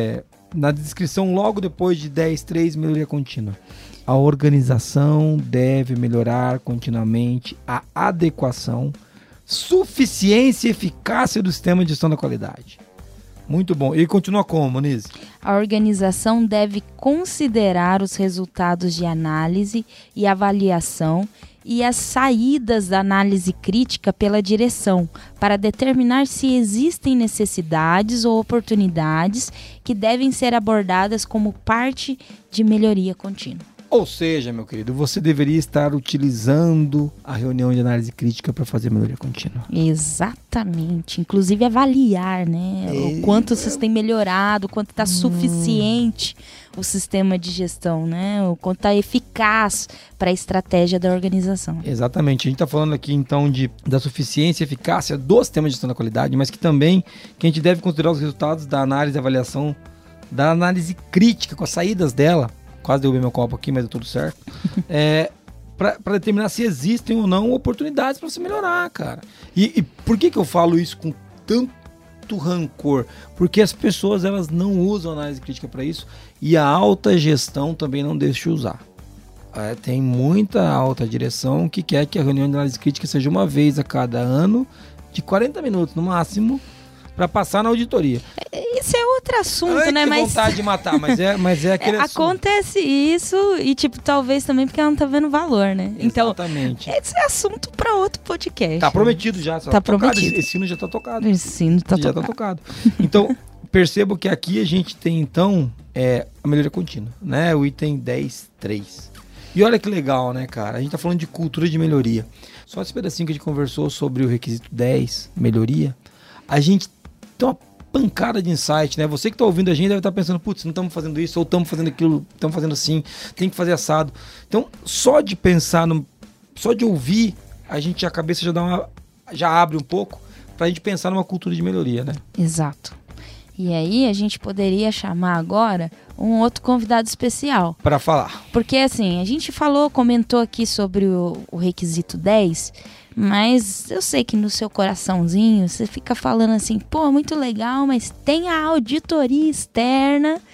na descrição logo depois de 10.3, melhoria contínua. A organização deve melhorar continuamente a adequação, suficiência e eficácia do sistema de gestão da qualidade. Muito bom. E continua como, Moniz? A organização deve considerar os resultados de análise e avaliação e as saídas da análise crítica pela direção, para determinar se existem necessidades ou oportunidades que devem ser abordadas como parte de melhoria contínua. Ou seja, meu querido, você deveria estar utilizando a reunião de análise crítica para fazer melhoria contínua. Exatamente. Inclusive avaliar, né? O quanto vocês têm melhorado, o quanto está suficiente o sistema de gestão, né? O quanto está eficaz para a estratégia da organização. Exatamente. A gente está falando aqui, então, da suficiência e eficácia do sistema de gestão da qualidade, mas que também que a gente deve considerar os resultados da análise e avaliação, da análise crítica, com as saídas dela. Quase derrubei meu copo aqui, mas deu tudo certo. Para determinar se existem ou não oportunidades para você melhorar, cara. E por que eu falo isso com tanto rancor? Porque as pessoas elas não usam análise crítica para isso e a alta gestão também não deixa usar. Tem muita alta direção que quer que a reunião de análise crítica seja uma vez a cada ano, de 40 minutos no máximo, para passar na auditoria. Isso é outro assunto, né? Que vontade de matar, mas é aquele assunto. Acontece isso e, talvez também porque ela não tá vendo valor, né? Exatamente. Então, esse é assunto para outro podcast. Tá prometido já. Tá prometido. Esse sino já tá tocado. Esse sino tá já tocado. Então, percebo que aqui a gente tem, então, a melhoria contínua, né? O item 10.3. E olha que legal, né, cara? A gente tá falando de cultura de melhoria. Só esse pedacinho que a gente conversou sobre o requisito 10, melhoria, a gente tem uma pancada de insight, né? Você que tá ouvindo a gente deve estar pensando, putz, não estamos fazendo isso, ou estamos fazendo aquilo, estamos fazendo assim, tem que fazer assado. Então, só de pensar, só de ouvir, a cabeça já abre um pouco pra gente pensar numa cultura de melhoria, né? Exato. E aí a gente poderia chamar agora um outro convidado especial. Para falar. Porque assim, a gente comentou aqui sobre o requisito 10, mas eu sei que no seu coraçãozinho você fica falando assim, pô, muito legal, mas tem a auditoria externa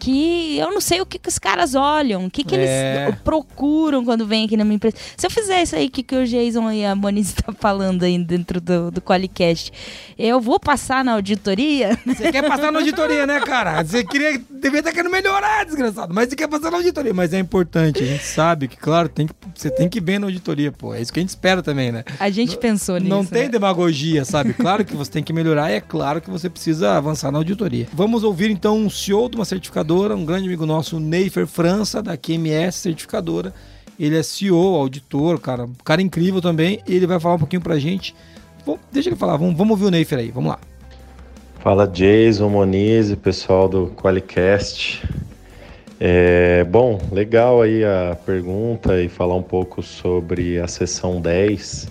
que eu não sei o que os caras olham, o que eles procuram quando vêm aqui na minha empresa. Se eu fizer isso aí que o Jason e a Moniz estão falando aí dentro do Qualicast, eu vou passar na auditoria? Você quer passar na auditoria, né, cara? Você devia estar querendo melhorar, desgraçado. Mas você quer passar na auditoria. Mas é importante, a gente sabe que, claro, você tem que ir bem na auditoria, pô. É isso que a gente espera também, né? A gente pensou nisso. Não tem demagogia, sabe? Claro que você tem que melhorar e é claro que você precisa avançar na auditoria. Vamos ouvir, então, um CEO de uma certificadora, um grande amigo nosso, Neifer França, da QMS Certificadora. Ele é CEO, auditor, cara incrível também. E ele vai falar um pouquinho pra gente. Bom, deixa ele falar, vamos ouvir o Neifer aí, vamos lá. Fala Jason, Moniz, pessoal do Qualicast. Bom, legal aí a pergunta e falar um pouco sobre a seção 10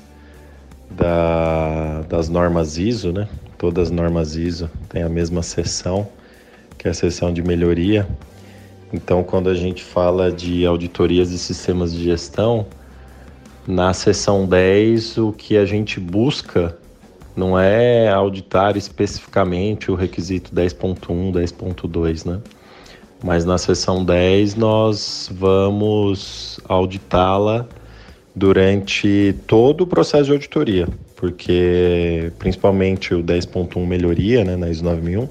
das normas ISO, né? Todas as normas ISO têm a mesma seção, que é a seção de melhoria. Então, quando a gente fala de auditorias e sistemas de gestão, na seção 10, o que a gente busca não é auditar especificamente o requisito 10.1, 10.2, né? Mas na seção 10 nós vamos auditá-la durante todo o processo de auditoria, porque principalmente o 10.1 melhoria, né, na ISO 9001,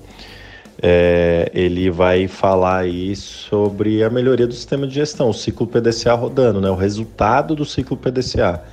ele vai falar aí sobre a melhoria do sistema de gestão, o ciclo PDCA rodando, né, o resultado do ciclo PDCA.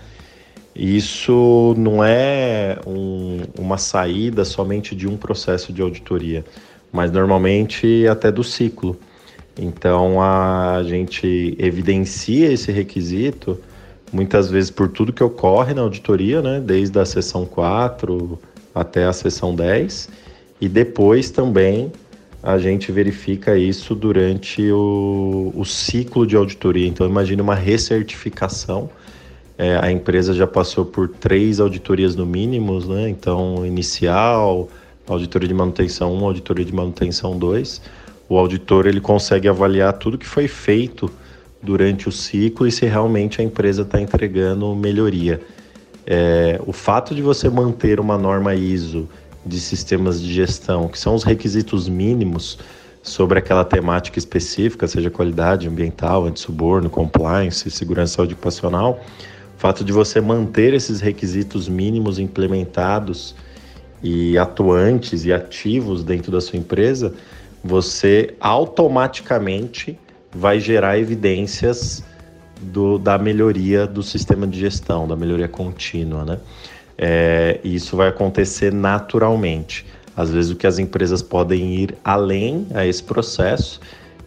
Isso não é uma saída somente de um processo de auditoria, mas normalmente até do ciclo. Então a gente evidencia esse requisito muitas vezes por tudo que ocorre na auditoria, né? Desde a seção 4 até a seção 10, e depois também a gente verifica isso durante o ciclo de auditoria. Então imagine uma recertificação. A empresa já passou por 3 auditorias no mínimo, né? Então inicial, auditoria de manutenção 1, auditoria de manutenção 2. O auditor ele consegue avaliar tudo que foi feito durante o ciclo e se realmente a empresa está entregando melhoria. O fato de você manter uma norma ISO de sistemas de gestão, que são os requisitos mínimos sobre aquela temática específica, seja qualidade ambiental, antissuborno, compliance, segurança e saúde ocupacional, o fato de você manter esses requisitos mínimos implementados e atuantes e ativos dentro da sua empresa, você automaticamente vai gerar evidências da melhoria do sistema de gestão, da melhoria contínua, né? Isso vai acontecer naturalmente. Às vezes o que as empresas podem ir além a esse processo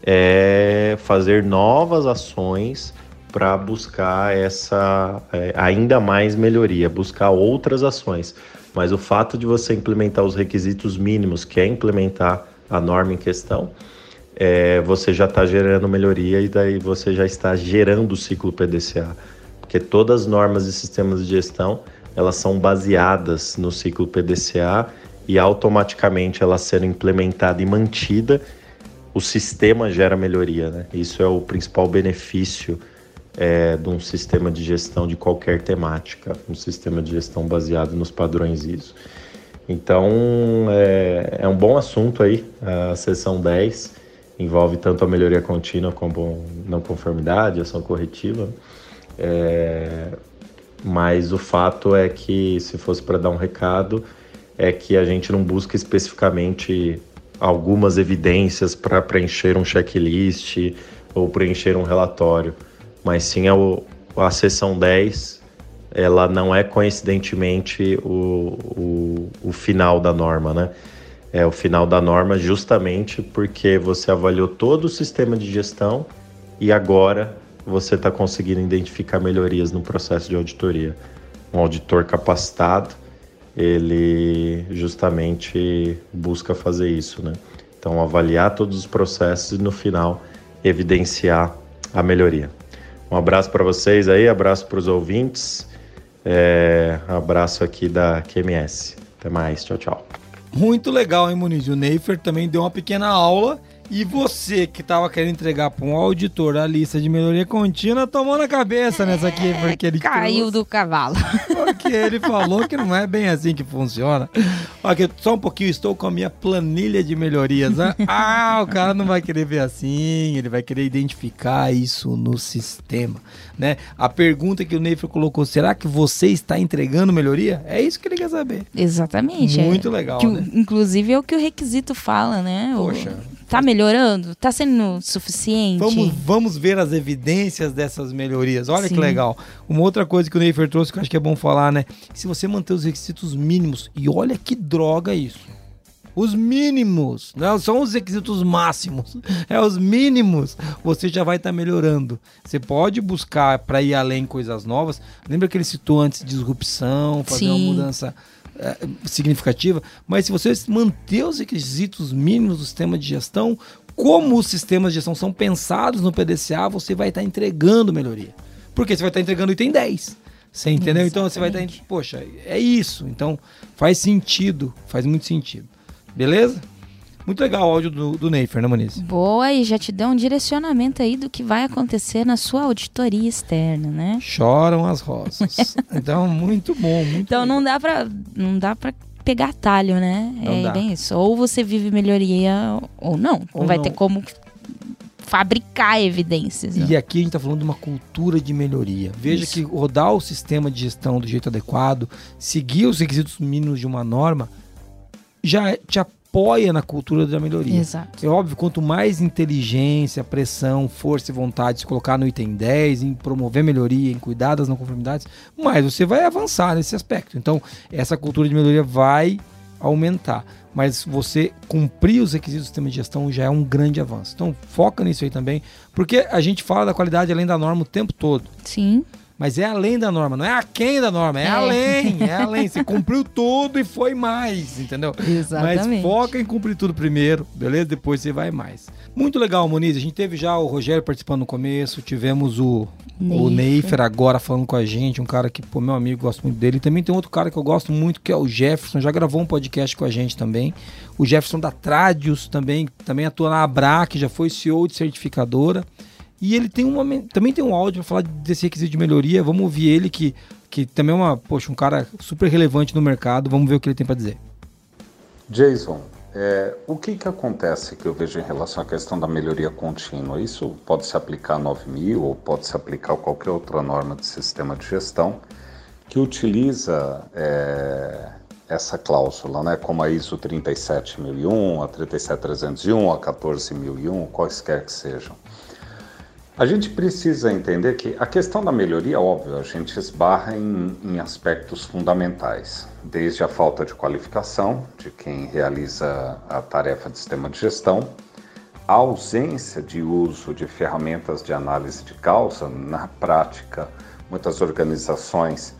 é fazer novas ações para buscar ainda mais melhoria, buscar outras ações. Mas o fato de você implementar os requisitos mínimos, que é implementar a norma em questão, você já está gerando melhoria e daí você já está gerando o ciclo PDCA. Porque todas as normas e sistemas de gestão, elas são baseadas no ciclo PDCA e automaticamente ela sendo implementada e mantida, o sistema gera melhoria, né? Isso é o principal benefício de um sistema de gestão de qualquer temática, um sistema de gestão baseado nos padrões ISO. Então, é um bom assunto aí, a seção 10, envolve tanto a melhoria contínua como não conformidade, ação corretiva, mas o fato é que, se fosse para dar um recado, é que a gente não busca especificamente algumas evidências para preencher um checklist ou preencher um relatório, mas sim a seção 10, ela não é coincidentemente o final da norma, né? É o final da norma justamente porque você avaliou todo o sistema de gestão e agora você está conseguindo identificar melhorias no processo de auditoria. Um auditor capacitado, ele justamente busca fazer isso, né? Então, avaliar todos os processos e no final evidenciar a melhoria. Um abraço para vocês aí, abraço para os ouvintes, abraço aqui da QMS. Até mais, tchau, tchau. Muito legal, hein, Moniz? O Neifer também deu uma pequena aula E você que tava querendo entregar para um auditor a lista de melhoria contínua, tomou na cabeça nessa aqui, porque ele caiu do cavalo. Porque ele falou que não é bem assim que funciona. Aqui, só um pouquinho, estou com a minha planilha de melhorias. Né? O cara não vai querer ver assim, ele vai querer identificar isso no sistema. Né? A pergunta que o Neifer colocou, será que você está entregando melhoria? É isso que ele quer saber. Exatamente. Muito legal, que, né? Inclusive é o que o requisito fala, né? Poxa. Tá melhorando? Tá sendo suficiente? Vamos ver as evidências dessas melhorias. Olha Sim. que legal. Uma outra coisa que o Neifer trouxe que eu acho que é bom falar, né? Se você manter os requisitos mínimos, e olha que droga isso. Os mínimos, não são os requisitos máximos, é os mínimos, você já vai estar melhorando. Você pode buscar para ir além coisas novas. Lembra que ele citou antes disrupção, fazer uma mudança significativa, mas se você manter os requisitos mínimos do sistema de gestão, como os sistemas de gestão são pensados no PDCA, você vai estar entregando melhoria. Porque você vai estar entregando o item 10. Você entendeu? Exatamente. Então você vai estar... Poxa, é isso. Então faz sentido, faz muito sentido. Beleza? Muito legal o áudio do Neifer, né, Moniz? Boa, e já te deu um direcionamento aí do que vai acontecer na sua auditoria externa, né? Choram as rosas. Então, muito bom, muito Então legal. não dá pra pegar atalho, né? Não dá. Bem isso. Ou você vive melhoria ou não. Não vai ter como fabricar evidências. E aqui a gente tá falando de uma cultura de melhoria. Veja que rodar o sistema de gestão do jeito adequado, seguir os requisitos mínimos de uma norma, já te apoia na cultura da melhoria. Exato. É óbvio, quanto mais inteligência, pressão, força e vontade se colocar no item 10, em promover melhoria, em cuidar das não conformidades, mais você vai avançar nesse aspecto. Então, essa cultura de melhoria vai aumentar. Mas você cumprir os requisitos do sistema de gestão já é um grande avanço. Então, foca nisso aí também, porque a gente fala da qualidade além da norma o tempo todo. Sim. Mas é além da norma, não é aquém da norma, é além. Você cumpriu tudo e foi mais, entendeu? Exatamente. Mas foca em cumprir tudo primeiro, beleza? Depois você vai mais. Muito legal, Moniz. A gente teve já o Rogério participando no começo, tivemos o Neifer agora falando com a gente, um cara que, pô, meu amigo, gosto muito dele. E também tem outro cara que eu gosto muito, que é o Jefferson, já gravou um podcast com a gente também. O Jefferson da Tradius também atua na Abrac, já foi CEO de certificadora. E ele tem também tem um áudio para falar desse requisito de melhoria. Vamos ouvir ele, que também é um cara super relevante no mercado. Vamos ver o que ele tem para dizer. Jason, o que acontece que eu vejo em relação à questão da melhoria contínua? Isso pode se aplicar a 9000 ou pode se aplicar a qualquer outra norma de sistema de gestão que utiliza essa cláusula, né? Como a ISO 37001, a 37301, a 14001, quaisquer que sejam. A gente precisa entender que a questão da melhoria, óbvio, a gente esbarra em aspectos fundamentais, desde a falta de qualificação de quem realiza a tarefa de sistema de gestão, a ausência de uso de ferramentas de análise de causa. Na prática, muitas organizações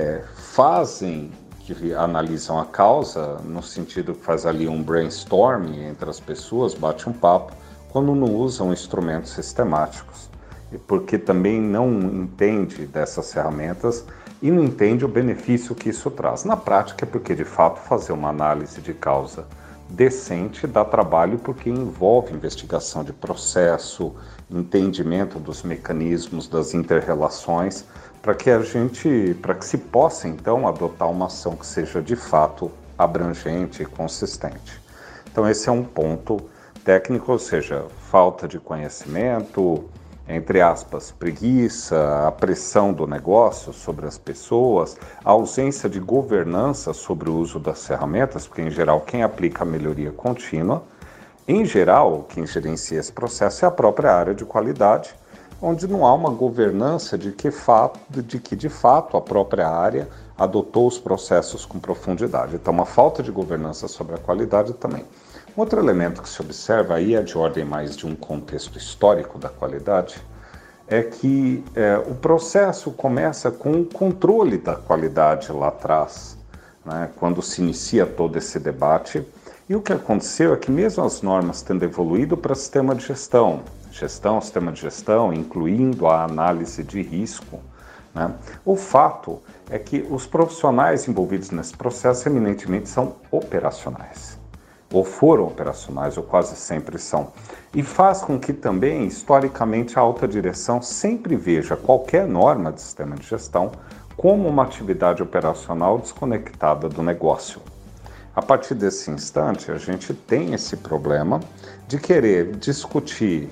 fazem que analisam a causa no sentido que faz ali um brainstorming entre as pessoas, bate um papo, quando não usam instrumentos sistemáticos, porque também não entende dessas ferramentas e não entende o benefício que isso traz. Na prática é porque, de fato, fazer uma análise de causa decente dá trabalho, porque envolve investigação de processo, entendimento dos mecanismos, das inter-relações, para que se possa, então, adotar uma ação que seja, de fato, abrangente e consistente. Então, esse é um ponto técnico, ou seja, falta de conhecimento, entre aspas, preguiça, a pressão do negócio sobre as pessoas, a ausência de governança sobre o uso das ferramentas, porque, em geral, quem aplica a melhoria contínua, em geral, quem gerencia esse processo é a própria área de qualidade, onde não há uma governança de que, de fato, a própria área adotou os processos com profundidade. Então, uma falta de governança sobre a qualidade também. Outro elemento que se observa, aí é de ordem mais de um contexto histórico da qualidade, é que o processo começa com o controle da qualidade lá atrás, né, quando se inicia todo esse debate. E o que aconteceu é que mesmo as normas tendo evoluído para sistema de gestão, sistema de gestão, incluindo a análise de risco, né, o fato é que os profissionais envolvidos nesse processo eminentemente são operacionais. ou foram operacionais, ou quase sempre são. E faz com que também, historicamente, a alta direção sempre veja qualquer norma de sistema de gestão como uma atividade operacional desconectada do negócio. A partir desse instante, a gente tem esse problema de querer discutir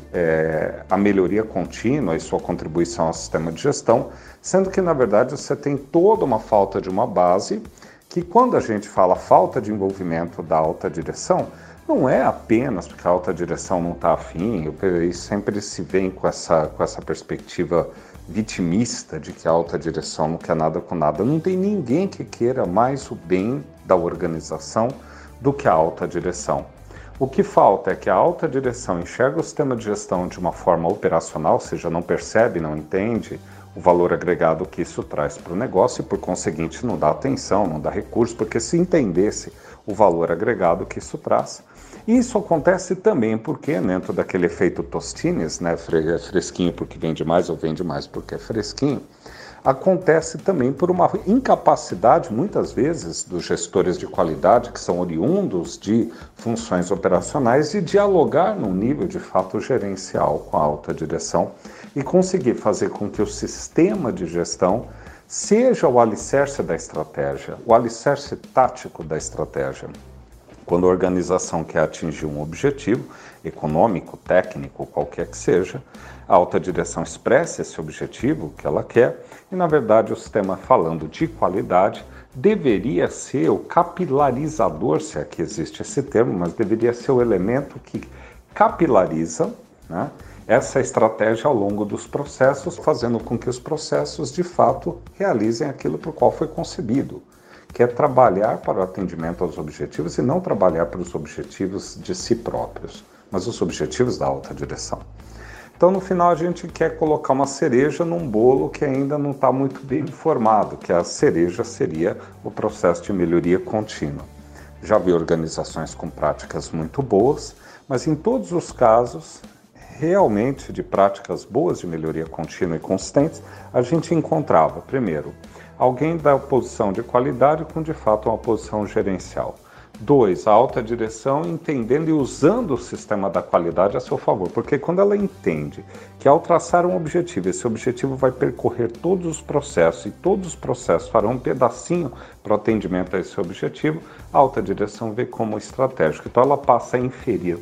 a melhoria contínua e sua contribuição ao sistema de gestão, sendo que, na verdade, você tem toda uma falta de uma base que, quando a gente fala falta de envolvimento da alta direção, não é apenas porque a alta direção não está afim, e sempre se vem com essa perspectiva vitimista de que a alta direção não quer nada com nada. Não tem ninguém que queira mais o bem da organização do que a alta direção. O que falta é que a alta direção enxerga o sistema de gestão de uma forma operacional, ou seja, não percebe, não entende o valor agregado que isso traz para o negócio e, por conseguinte, não dá atenção, não dá recurso, porque se entendesse o valor agregado que isso traz. E isso acontece também porque, dentro daquele efeito Tostines, né, fresquinho porque vende mais ou vende mais porque é fresquinho, acontece também por uma incapacidade, muitas vezes, dos gestores de qualidade, que são oriundos de funções operacionais, de dialogar num nível de fato gerencial com a alta direção e conseguir fazer com que o sistema de gestão seja o alicerce da estratégia, o alicerce tático da estratégia. Quando a organização quer atingir um objetivo econômico, técnico, qualquer que seja, a alta direção expressa esse objetivo que ela quer e, na verdade, o sistema, falando de qualidade, deveria ser o capilarizador, se é que existe esse termo, mas deveria ser o elemento que capilariza, né, essa estratégia ao longo dos processos, fazendo com que os processos, de fato, realizem aquilo por qual foi concebido, que é trabalhar para o atendimento aos objetivos e não trabalhar para os objetivos de si próprios, mas os objetivos da alta direção. Então, no final, a gente quer colocar uma cereja num bolo que ainda não está muito bem formado, que a cereja seria o processo de melhoria contínua. Já vi organizações com práticas muito boas, mas em todos os casos, realmente de práticas boas de melhoria contínua e consistentes, a gente encontrava, primeiro, alguém da posição de qualidade com, de fato, uma posição gerencial. 2, a alta direção entendendo e usando o sistema da qualidade a seu favor, porque quando ela entende que ao traçar um objetivo, esse objetivo vai percorrer todos os processos e todos os processos farão um pedacinho para o atendimento a esse objetivo, a alta direção vê como estratégico. Então ela passa a inferir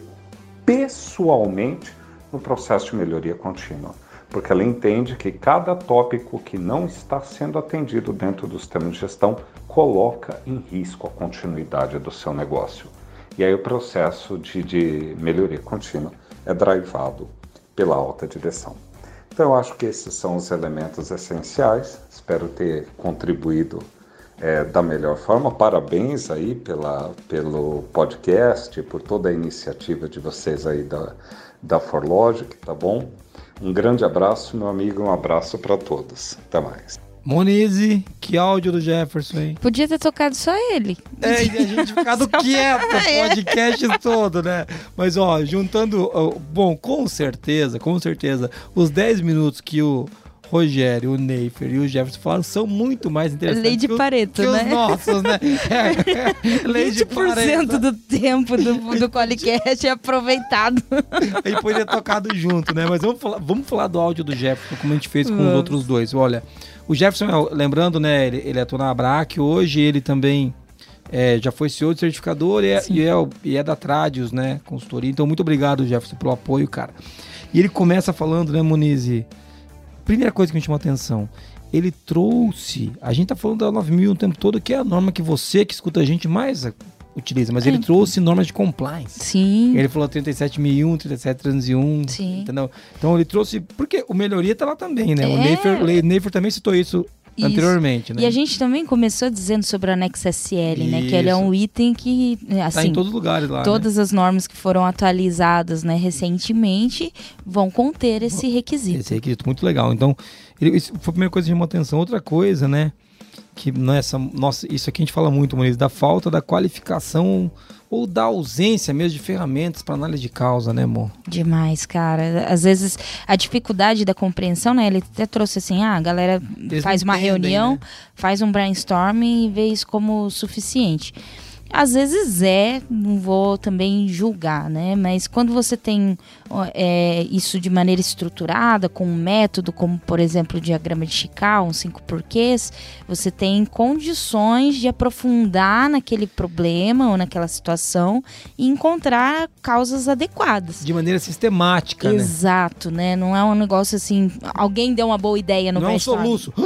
pessoalmente no processo de melhoria contínua, porque ela entende que cada tópico que não está sendo atendido dentro do sistema de gestão coloca em risco a continuidade do seu negócio. E aí o processo de melhoria contínua é drivado pela alta direção. Então eu acho que esses são os elementos essenciais, espero ter contribuído da melhor forma. Parabéns aí pelo podcast, por toda a iniciativa de vocês aí da ForLogic, tá bom? Um grande abraço, meu amigo, um abraço para todos. Até mais. Monize, que áudio do Jefferson, hein? Podia ter tocado só ele. E a gente ficado quieto o podcast todo, né? Mas, ó, juntando... Bom, com certeza, os 10 minutos que o Rogério, o Neifer e o Jefferson falaram são muito mais interessantes. Lei de Pareto, que né? Os nossos, né? Lei de Pareto. 20% do tempo do Qualicast é aproveitado. A gente poderia ter tocado junto, né? Mas vamos falar do áudio do Jefferson, como a gente fez com os outros dois. Olha, o Jefferson, lembrando, né? Ele atua na Abrac, hoje ele também já foi CEO de certificador e é da Tradius, né? Consultoria. Então, muito obrigado, Jefferson, pelo apoio, cara. E ele começa falando, né, Monize? Primeira coisa que me chamou a atenção, ele trouxe, a gente tá falando da 9000 o tempo todo, que é a norma que você que escuta a gente mais utiliza, mas ele trouxe normas de compliance. Sim. Ele falou 37001, 37301, sim, entendeu? Então ele trouxe, porque o melhoria tá lá também, né? O Neifer também citou isso anteriormente, né? E a gente também começou dizendo sobre o anexo SL, né? Que ele é um item que, assim... Tá em todos os lugares lá, todas né? as normas que foram atualizadas, né, recentemente vão conter esse requisito. Esse requisito, muito legal. Então, isso foi a primeira coisa que chamou atenção. Outra coisa, né? Que isso aqui a gente fala muito, Moniz, da falta da qualificação ou da ausência mesmo de ferramentas para análise de causa, né, amor? Demais, cara. Às vezes a dificuldade da compreensão, né? Ele até trouxe assim, a galera faz uma reunião, né? Faz um brainstorming e vê isso como suficiente. Às vezes não vou também julgar, né? Mas quando você tem isso de maneira estruturada, com um método, como por exemplo o diagrama de Chicago, 5 porquês, você tem condições de aprofundar naquele problema ou naquela situação e encontrar causas adequadas. De maneira sistemática, Exato, né? Não é um negócio assim, alguém deu uma boa ideia no brainstorm. Não é um soluço.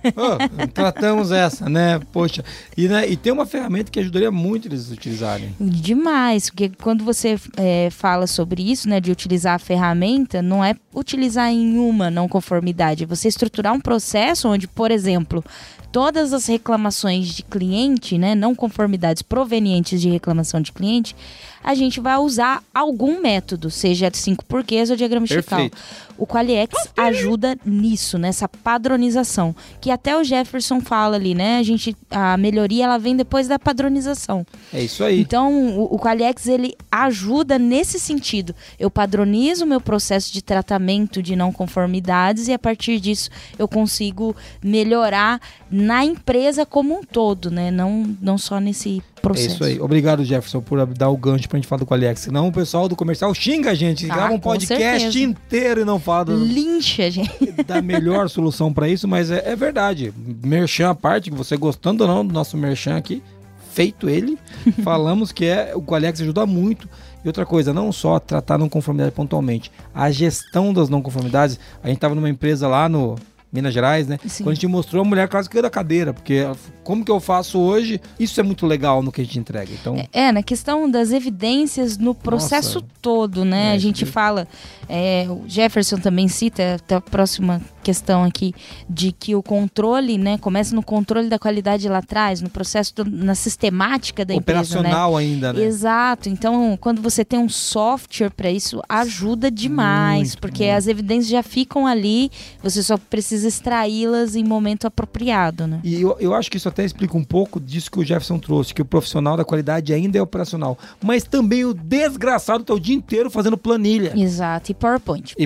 Tratamos essa, né? Poxa. E tem uma ferramenta que ajudaria muito eles utilizarem. Demais, porque quando você fala sobre isso, né, de utilizar a ferramenta, não é utilizar em uma não conformidade, é você estruturar um processo onde, por exemplo, todas as reclamações de cliente, né, não conformidades provenientes de reclamação de cliente, a gente vai usar algum método, seja 5 porquês ou diagrama de Chicago. O QualiX ajuda nisso, nessa padronização, que até o Jefferson fala ali, né? A melhoria ela vem depois da padronização. É isso aí. Então, o QualiX ele ajuda nesse sentido. Eu padronizo o meu processo de tratamento de não conformidades e a partir disso eu consigo melhorar na empresa como um todo, né? Não só nesse processo. É isso aí. Obrigado, Jefferson, por dar o gancho pra gente falar do QualiX. Senão o pessoal do comercial xinga a gente. Grava um podcast inteiro e não fala lincha, gente. Da melhor solução pra isso, mas é verdade. Merchan à parte, que você gostando ou não do nosso merchan aqui, feito ele, falamos que o QualiX ajuda muito. E outra coisa, não só tratar não conformidade pontualmente, a gestão das não conformidades. A gente tava numa empresa lá no Minas Gerais, né? Sim. Quando a gente mostrou, a mulher quase caiu da cadeira, porque como que eu faço hoje? Isso é muito legal no que a gente entrega. Então... na questão das evidências no processo todo, né? A gente fala, o Jefferson também cita, até a próxima questão aqui, de que o controle, né? Começa no controle da qualidade lá atrás, no processo, na sistemática da empresa, operacional ainda, né? Exato. Então, quando você tem um software para isso, ajuda demais, muito, porque as evidências já ficam ali, você só precisa extraí-las em momento apropriado, né? E eu acho que isso até explica um pouco disso que o Jefferson trouxe, que o profissional da qualidade ainda é operacional, mas também o desgraçado tá o dia inteiro fazendo planilha. Exato, e PowerPoint.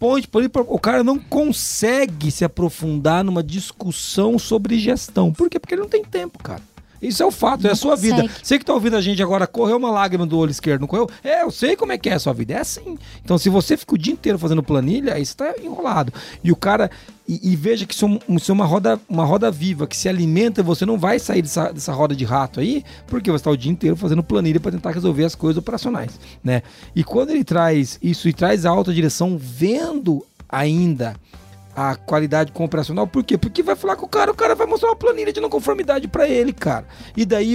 O cara não consegue se aprofundar numa discussão sobre gestão. Por quê? Porque ele não tem tempo, cara. Isso é o fato, não é a sua vida. Você que tá ouvindo a gente agora, correu uma lágrima do olho esquerdo, não correu? Eu sei como é que é a sua vida, é assim. Então se você fica o dia inteiro fazendo planilha, aí você tá enrolado. E o cara, e veja que isso é uma roda viva, que se alimenta, você não vai sair dessa roda de rato aí, porque você tá o dia inteiro fazendo planilha para tentar resolver as coisas operacionais, né? E quando ele traz isso e traz a alta direção vendo ainda a qualidade operacional, por quê? Porque vai falar com o cara vai mostrar uma planilha de não conformidade para ele, cara. E daí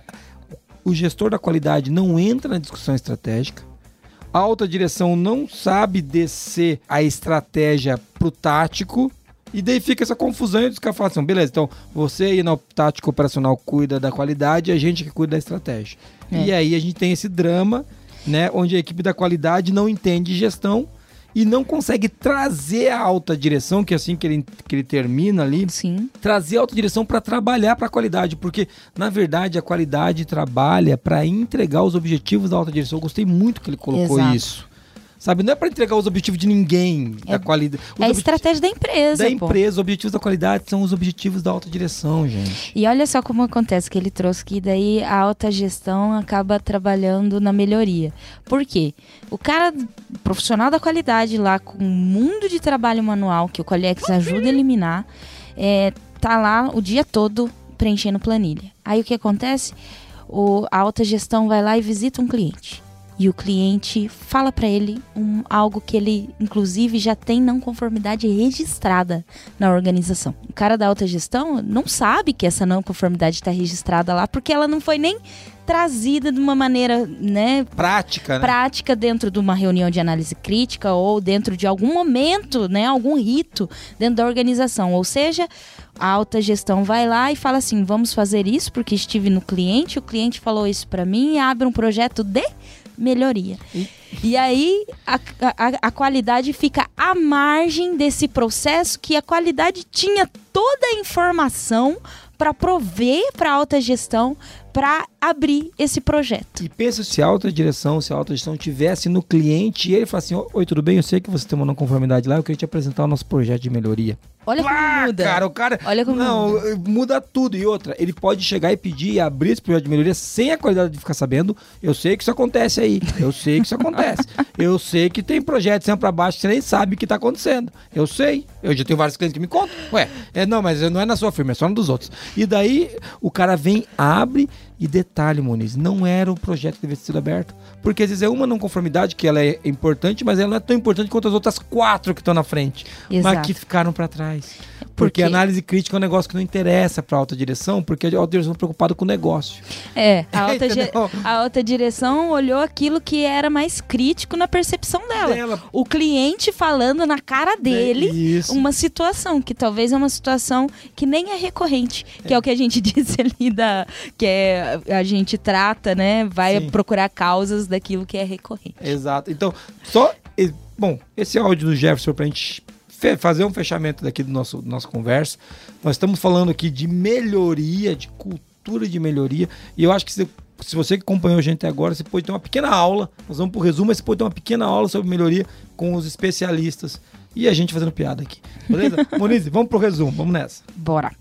o gestor da qualidade não entra na discussão estratégica, a alta direção não sabe descer a estratégia pro tático, e daí fica essa confusão e os caras falam assim, beleza, então você aí no tático operacional cuida da qualidade e a gente que cuida da estratégia. E aí a gente tem esse drama, né, onde a equipe da qualidade não entende gestão e não consegue trazer a alta direção, que é assim que ele termina ali, sim, trazer a alta direção para trabalhar para a qualidade, porque na verdade a qualidade trabalha para entregar os objetivos da alta direção. Eu gostei muito que ele colocou isso. Sabe, não é para entregar os objetivos de ninguém, da qualidade. É a estratégia da empresa. Os objetivos da qualidade são os objetivos da alta direção, gente. E olha só como acontece, que ele trouxe que daí a alta gestão acaba trabalhando na melhoria. Por quê? O cara, profissional da qualidade lá, com um mundo de trabalho manual, que o QualiX ajuda a eliminar, tá lá o dia todo preenchendo planilha. Aí o que acontece? A alta gestão vai lá e visita um cliente. E o cliente fala para ele algo que ele, inclusive, já tem não conformidade registrada na organização. O cara da alta gestão não sabe que essa não conformidade está registrada lá, porque ela não foi nem trazida de uma maneira, né, prática dentro de uma reunião de análise crítica ou dentro de algum momento, né, algum rito dentro da organização. Ou seja, a alta gestão vai lá e fala assim, vamos fazer isso porque estive no cliente, o cliente falou isso para mim e abre um projeto de melhoria. E aí a qualidade fica à margem desse processo, que a qualidade tinha toda a informação para prover para a alta gestão, para abrir esse projeto. E pensa se a alta direção, se a alta gestão tivesse no cliente e ele fala assim, oi, tudo bem? Eu sei que você tem uma não conformidade lá, eu queria te apresentar o nosso projeto de melhoria. Olha como muda. Cara, o cara... Olha como muda tudo. E outra, ele pode chegar e pedir e abrir esse projeto de melhoria sem a qualidade de ficar sabendo. Eu sei que isso acontece aí. Eu sei que isso acontece. Eu sei que tem projetos sempre pra baixo que você nem sabe o que tá acontecendo. Eu sei. Eu já tenho vários clientes que me contam. Não, mas não é na sua firma, é só no dos outros. E daí, o cara vem, abre... E detalhe, Moniz, não era o projeto que devia ter sido aberto. Porque às vezes é uma não conformidade que ela é importante, mas ela não é tão importante quanto as outras 4 que estão na frente. Exato. Mas que ficaram para trás. Porque análise crítica é um negócio que não interessa para a alta direção, porque a alta direção é preocupada com o negócio. A alta direção olhou aquilo que era mais crítico na percepção dela. O cliente falando na cara dele uma situação, que talvez é uma situação que nem é recorrente, que é o que a gente disse ali, que é a gente trata, né? Vai procurar causas daquilo que é recorrente. Exato. Então, esse áudio do Jefferson pra gente fazer um fechamento daqui do nosso conversa. Nós estamos falando aqui de melhoria, de cultura de melhoria, e eu acho que se você que acompanhou a gente até agora, você pode ter uma pequena aula, nós vamos pro resumo, mas você pode ter uma pequena aula sobre melhoria com os especialistas e a gente fazendo piada aqui. Beleza? Moniz, vamos pro resumo, vamos nessa. Bora.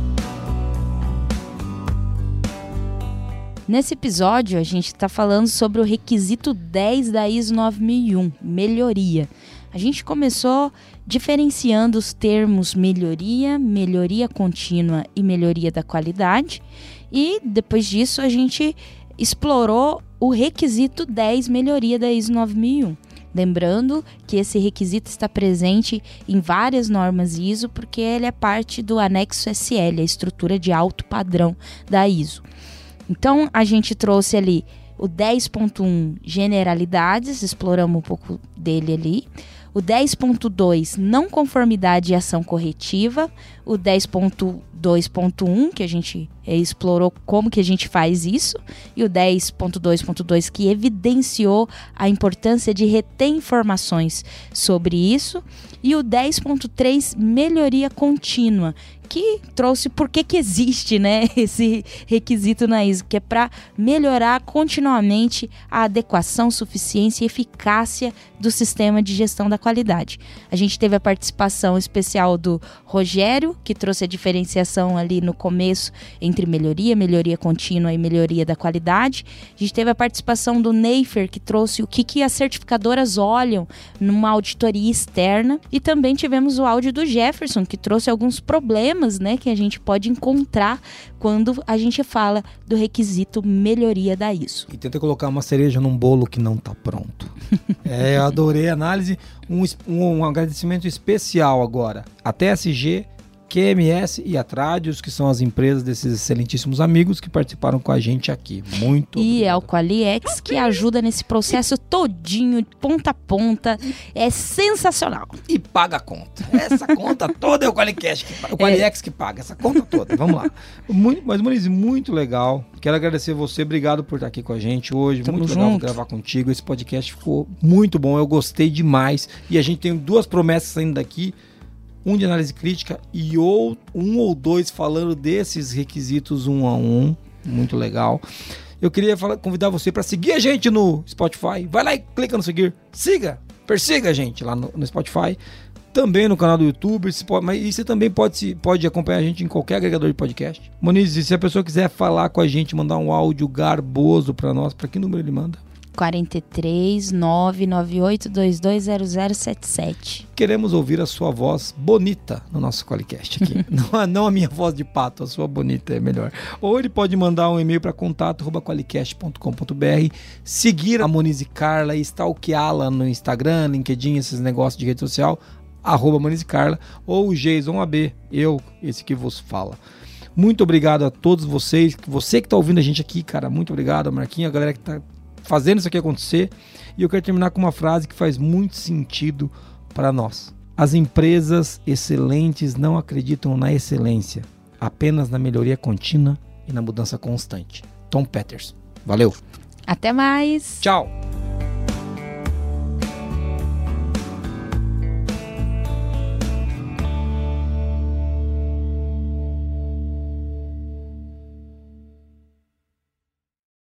Nesse episódio, a gente está falando sobre o requisito 10 da ISO 9001, melhoria. A gente começou diferenciando os termos melhoria contínua e melhoria da qualidade. E depois disso, a gente explorou o requisito 10 melhoria da ISO 9001. Lembrando que esse requisito está presente em várias normas ISO, porque ele é parte do anexo SL, a estrutura de alto padrão da ISO. Então, a gente trouxe ali o 10.1 generalidades, exploramos um pouco dele ali. O 10.2 não conformidade e ação corretiva. O 10.2.1, que a gente explorou como que a gente faz isso. E o 10.2.2, que evidenciou a importância de reter informações sobre isso. E o 10.3, melhoria contínua, que trouxe por que existe, né, esse requisito na ISO, que é para melhorar continuamente a adequação, suficiência e eficácia do sistema de gestão da qualidade. A gente teve a participação especial do Rogério, que trouxe a diferenciação ali no começo entre melhoria contínua e melhoria da qualidade. A gente teve a participação do Neifer, que trouxe o que as certificadoras olham numa auditoria externa. E também tivemos o áudio do Jefferson, que trouxe alguns problemas, né, que a gente pode encontrar quando a gente fala do requisito melhoria da ISO. E tenta colocar uma cereja num bolo que não está pronto. Eu adorei a análise. Um agradecimento especial agora a TSG, QMS e a Tradius, que são as empresas desses excelentíssimos amigos que participaram com a gente aqui. Muito obrigado. É o QualiX, que ajuda nesse processo todinho, ponta a ponta. É sensacional. E paga a conta. Essa conta toda é o QualiX que paga. Essa conta toda. Vamos lá. Mas, Moniz, muito legal. Quero agradecer você. Obrigado por estar aqui com a gente hoje. Tamo muito junto. legal gravar contigo. Esse podcast ficou muito bom. Eu gostei demais. E a gente tem 2 promessas saindo daqui. Um de análise crítica e um ou dois falando desses requisitos 1 a 1. Muito legal. Eu queria convidar você para seguir a gente no Spotify. Vai lá e clica no seguir. Persiga a gente lá no Spotify. Também no canal do YouTube. Mas você também pode acompanhar a gente em qualquer agregador de podcast. Moniz, se a pessoa quiser falar com a gente, mandar um áudio garboso para nós, para que número ele manda? 43 998220077. Queremos ouvir a sua voz bonita no nosso QualiCast aqui. não a minha voz de pato, a sua bonita é melhor. Ou ele pode mandar um e-mail para contato@qualicast.com.br, seguir a Moniz e Carla e stalkeá-la no Instagram, LinkedIn, esses negócios de rede social, @Moniz e Carla, ou o Jason AB, esse que vos fala. Muito obrigado a todos vocês. Você que está ouvindo a gente aqui, cara, muito obrigado, Marquinhos, a galera que está fazendo isso aqui acontecer. E eu quero terminar com uma frase que faz muito sentido para nós. As empresas excelentes não acreditam na excelência, apenas na melhoria contínua e na mudança constante. Tom Peters. Valeu. Até mais. Tchau.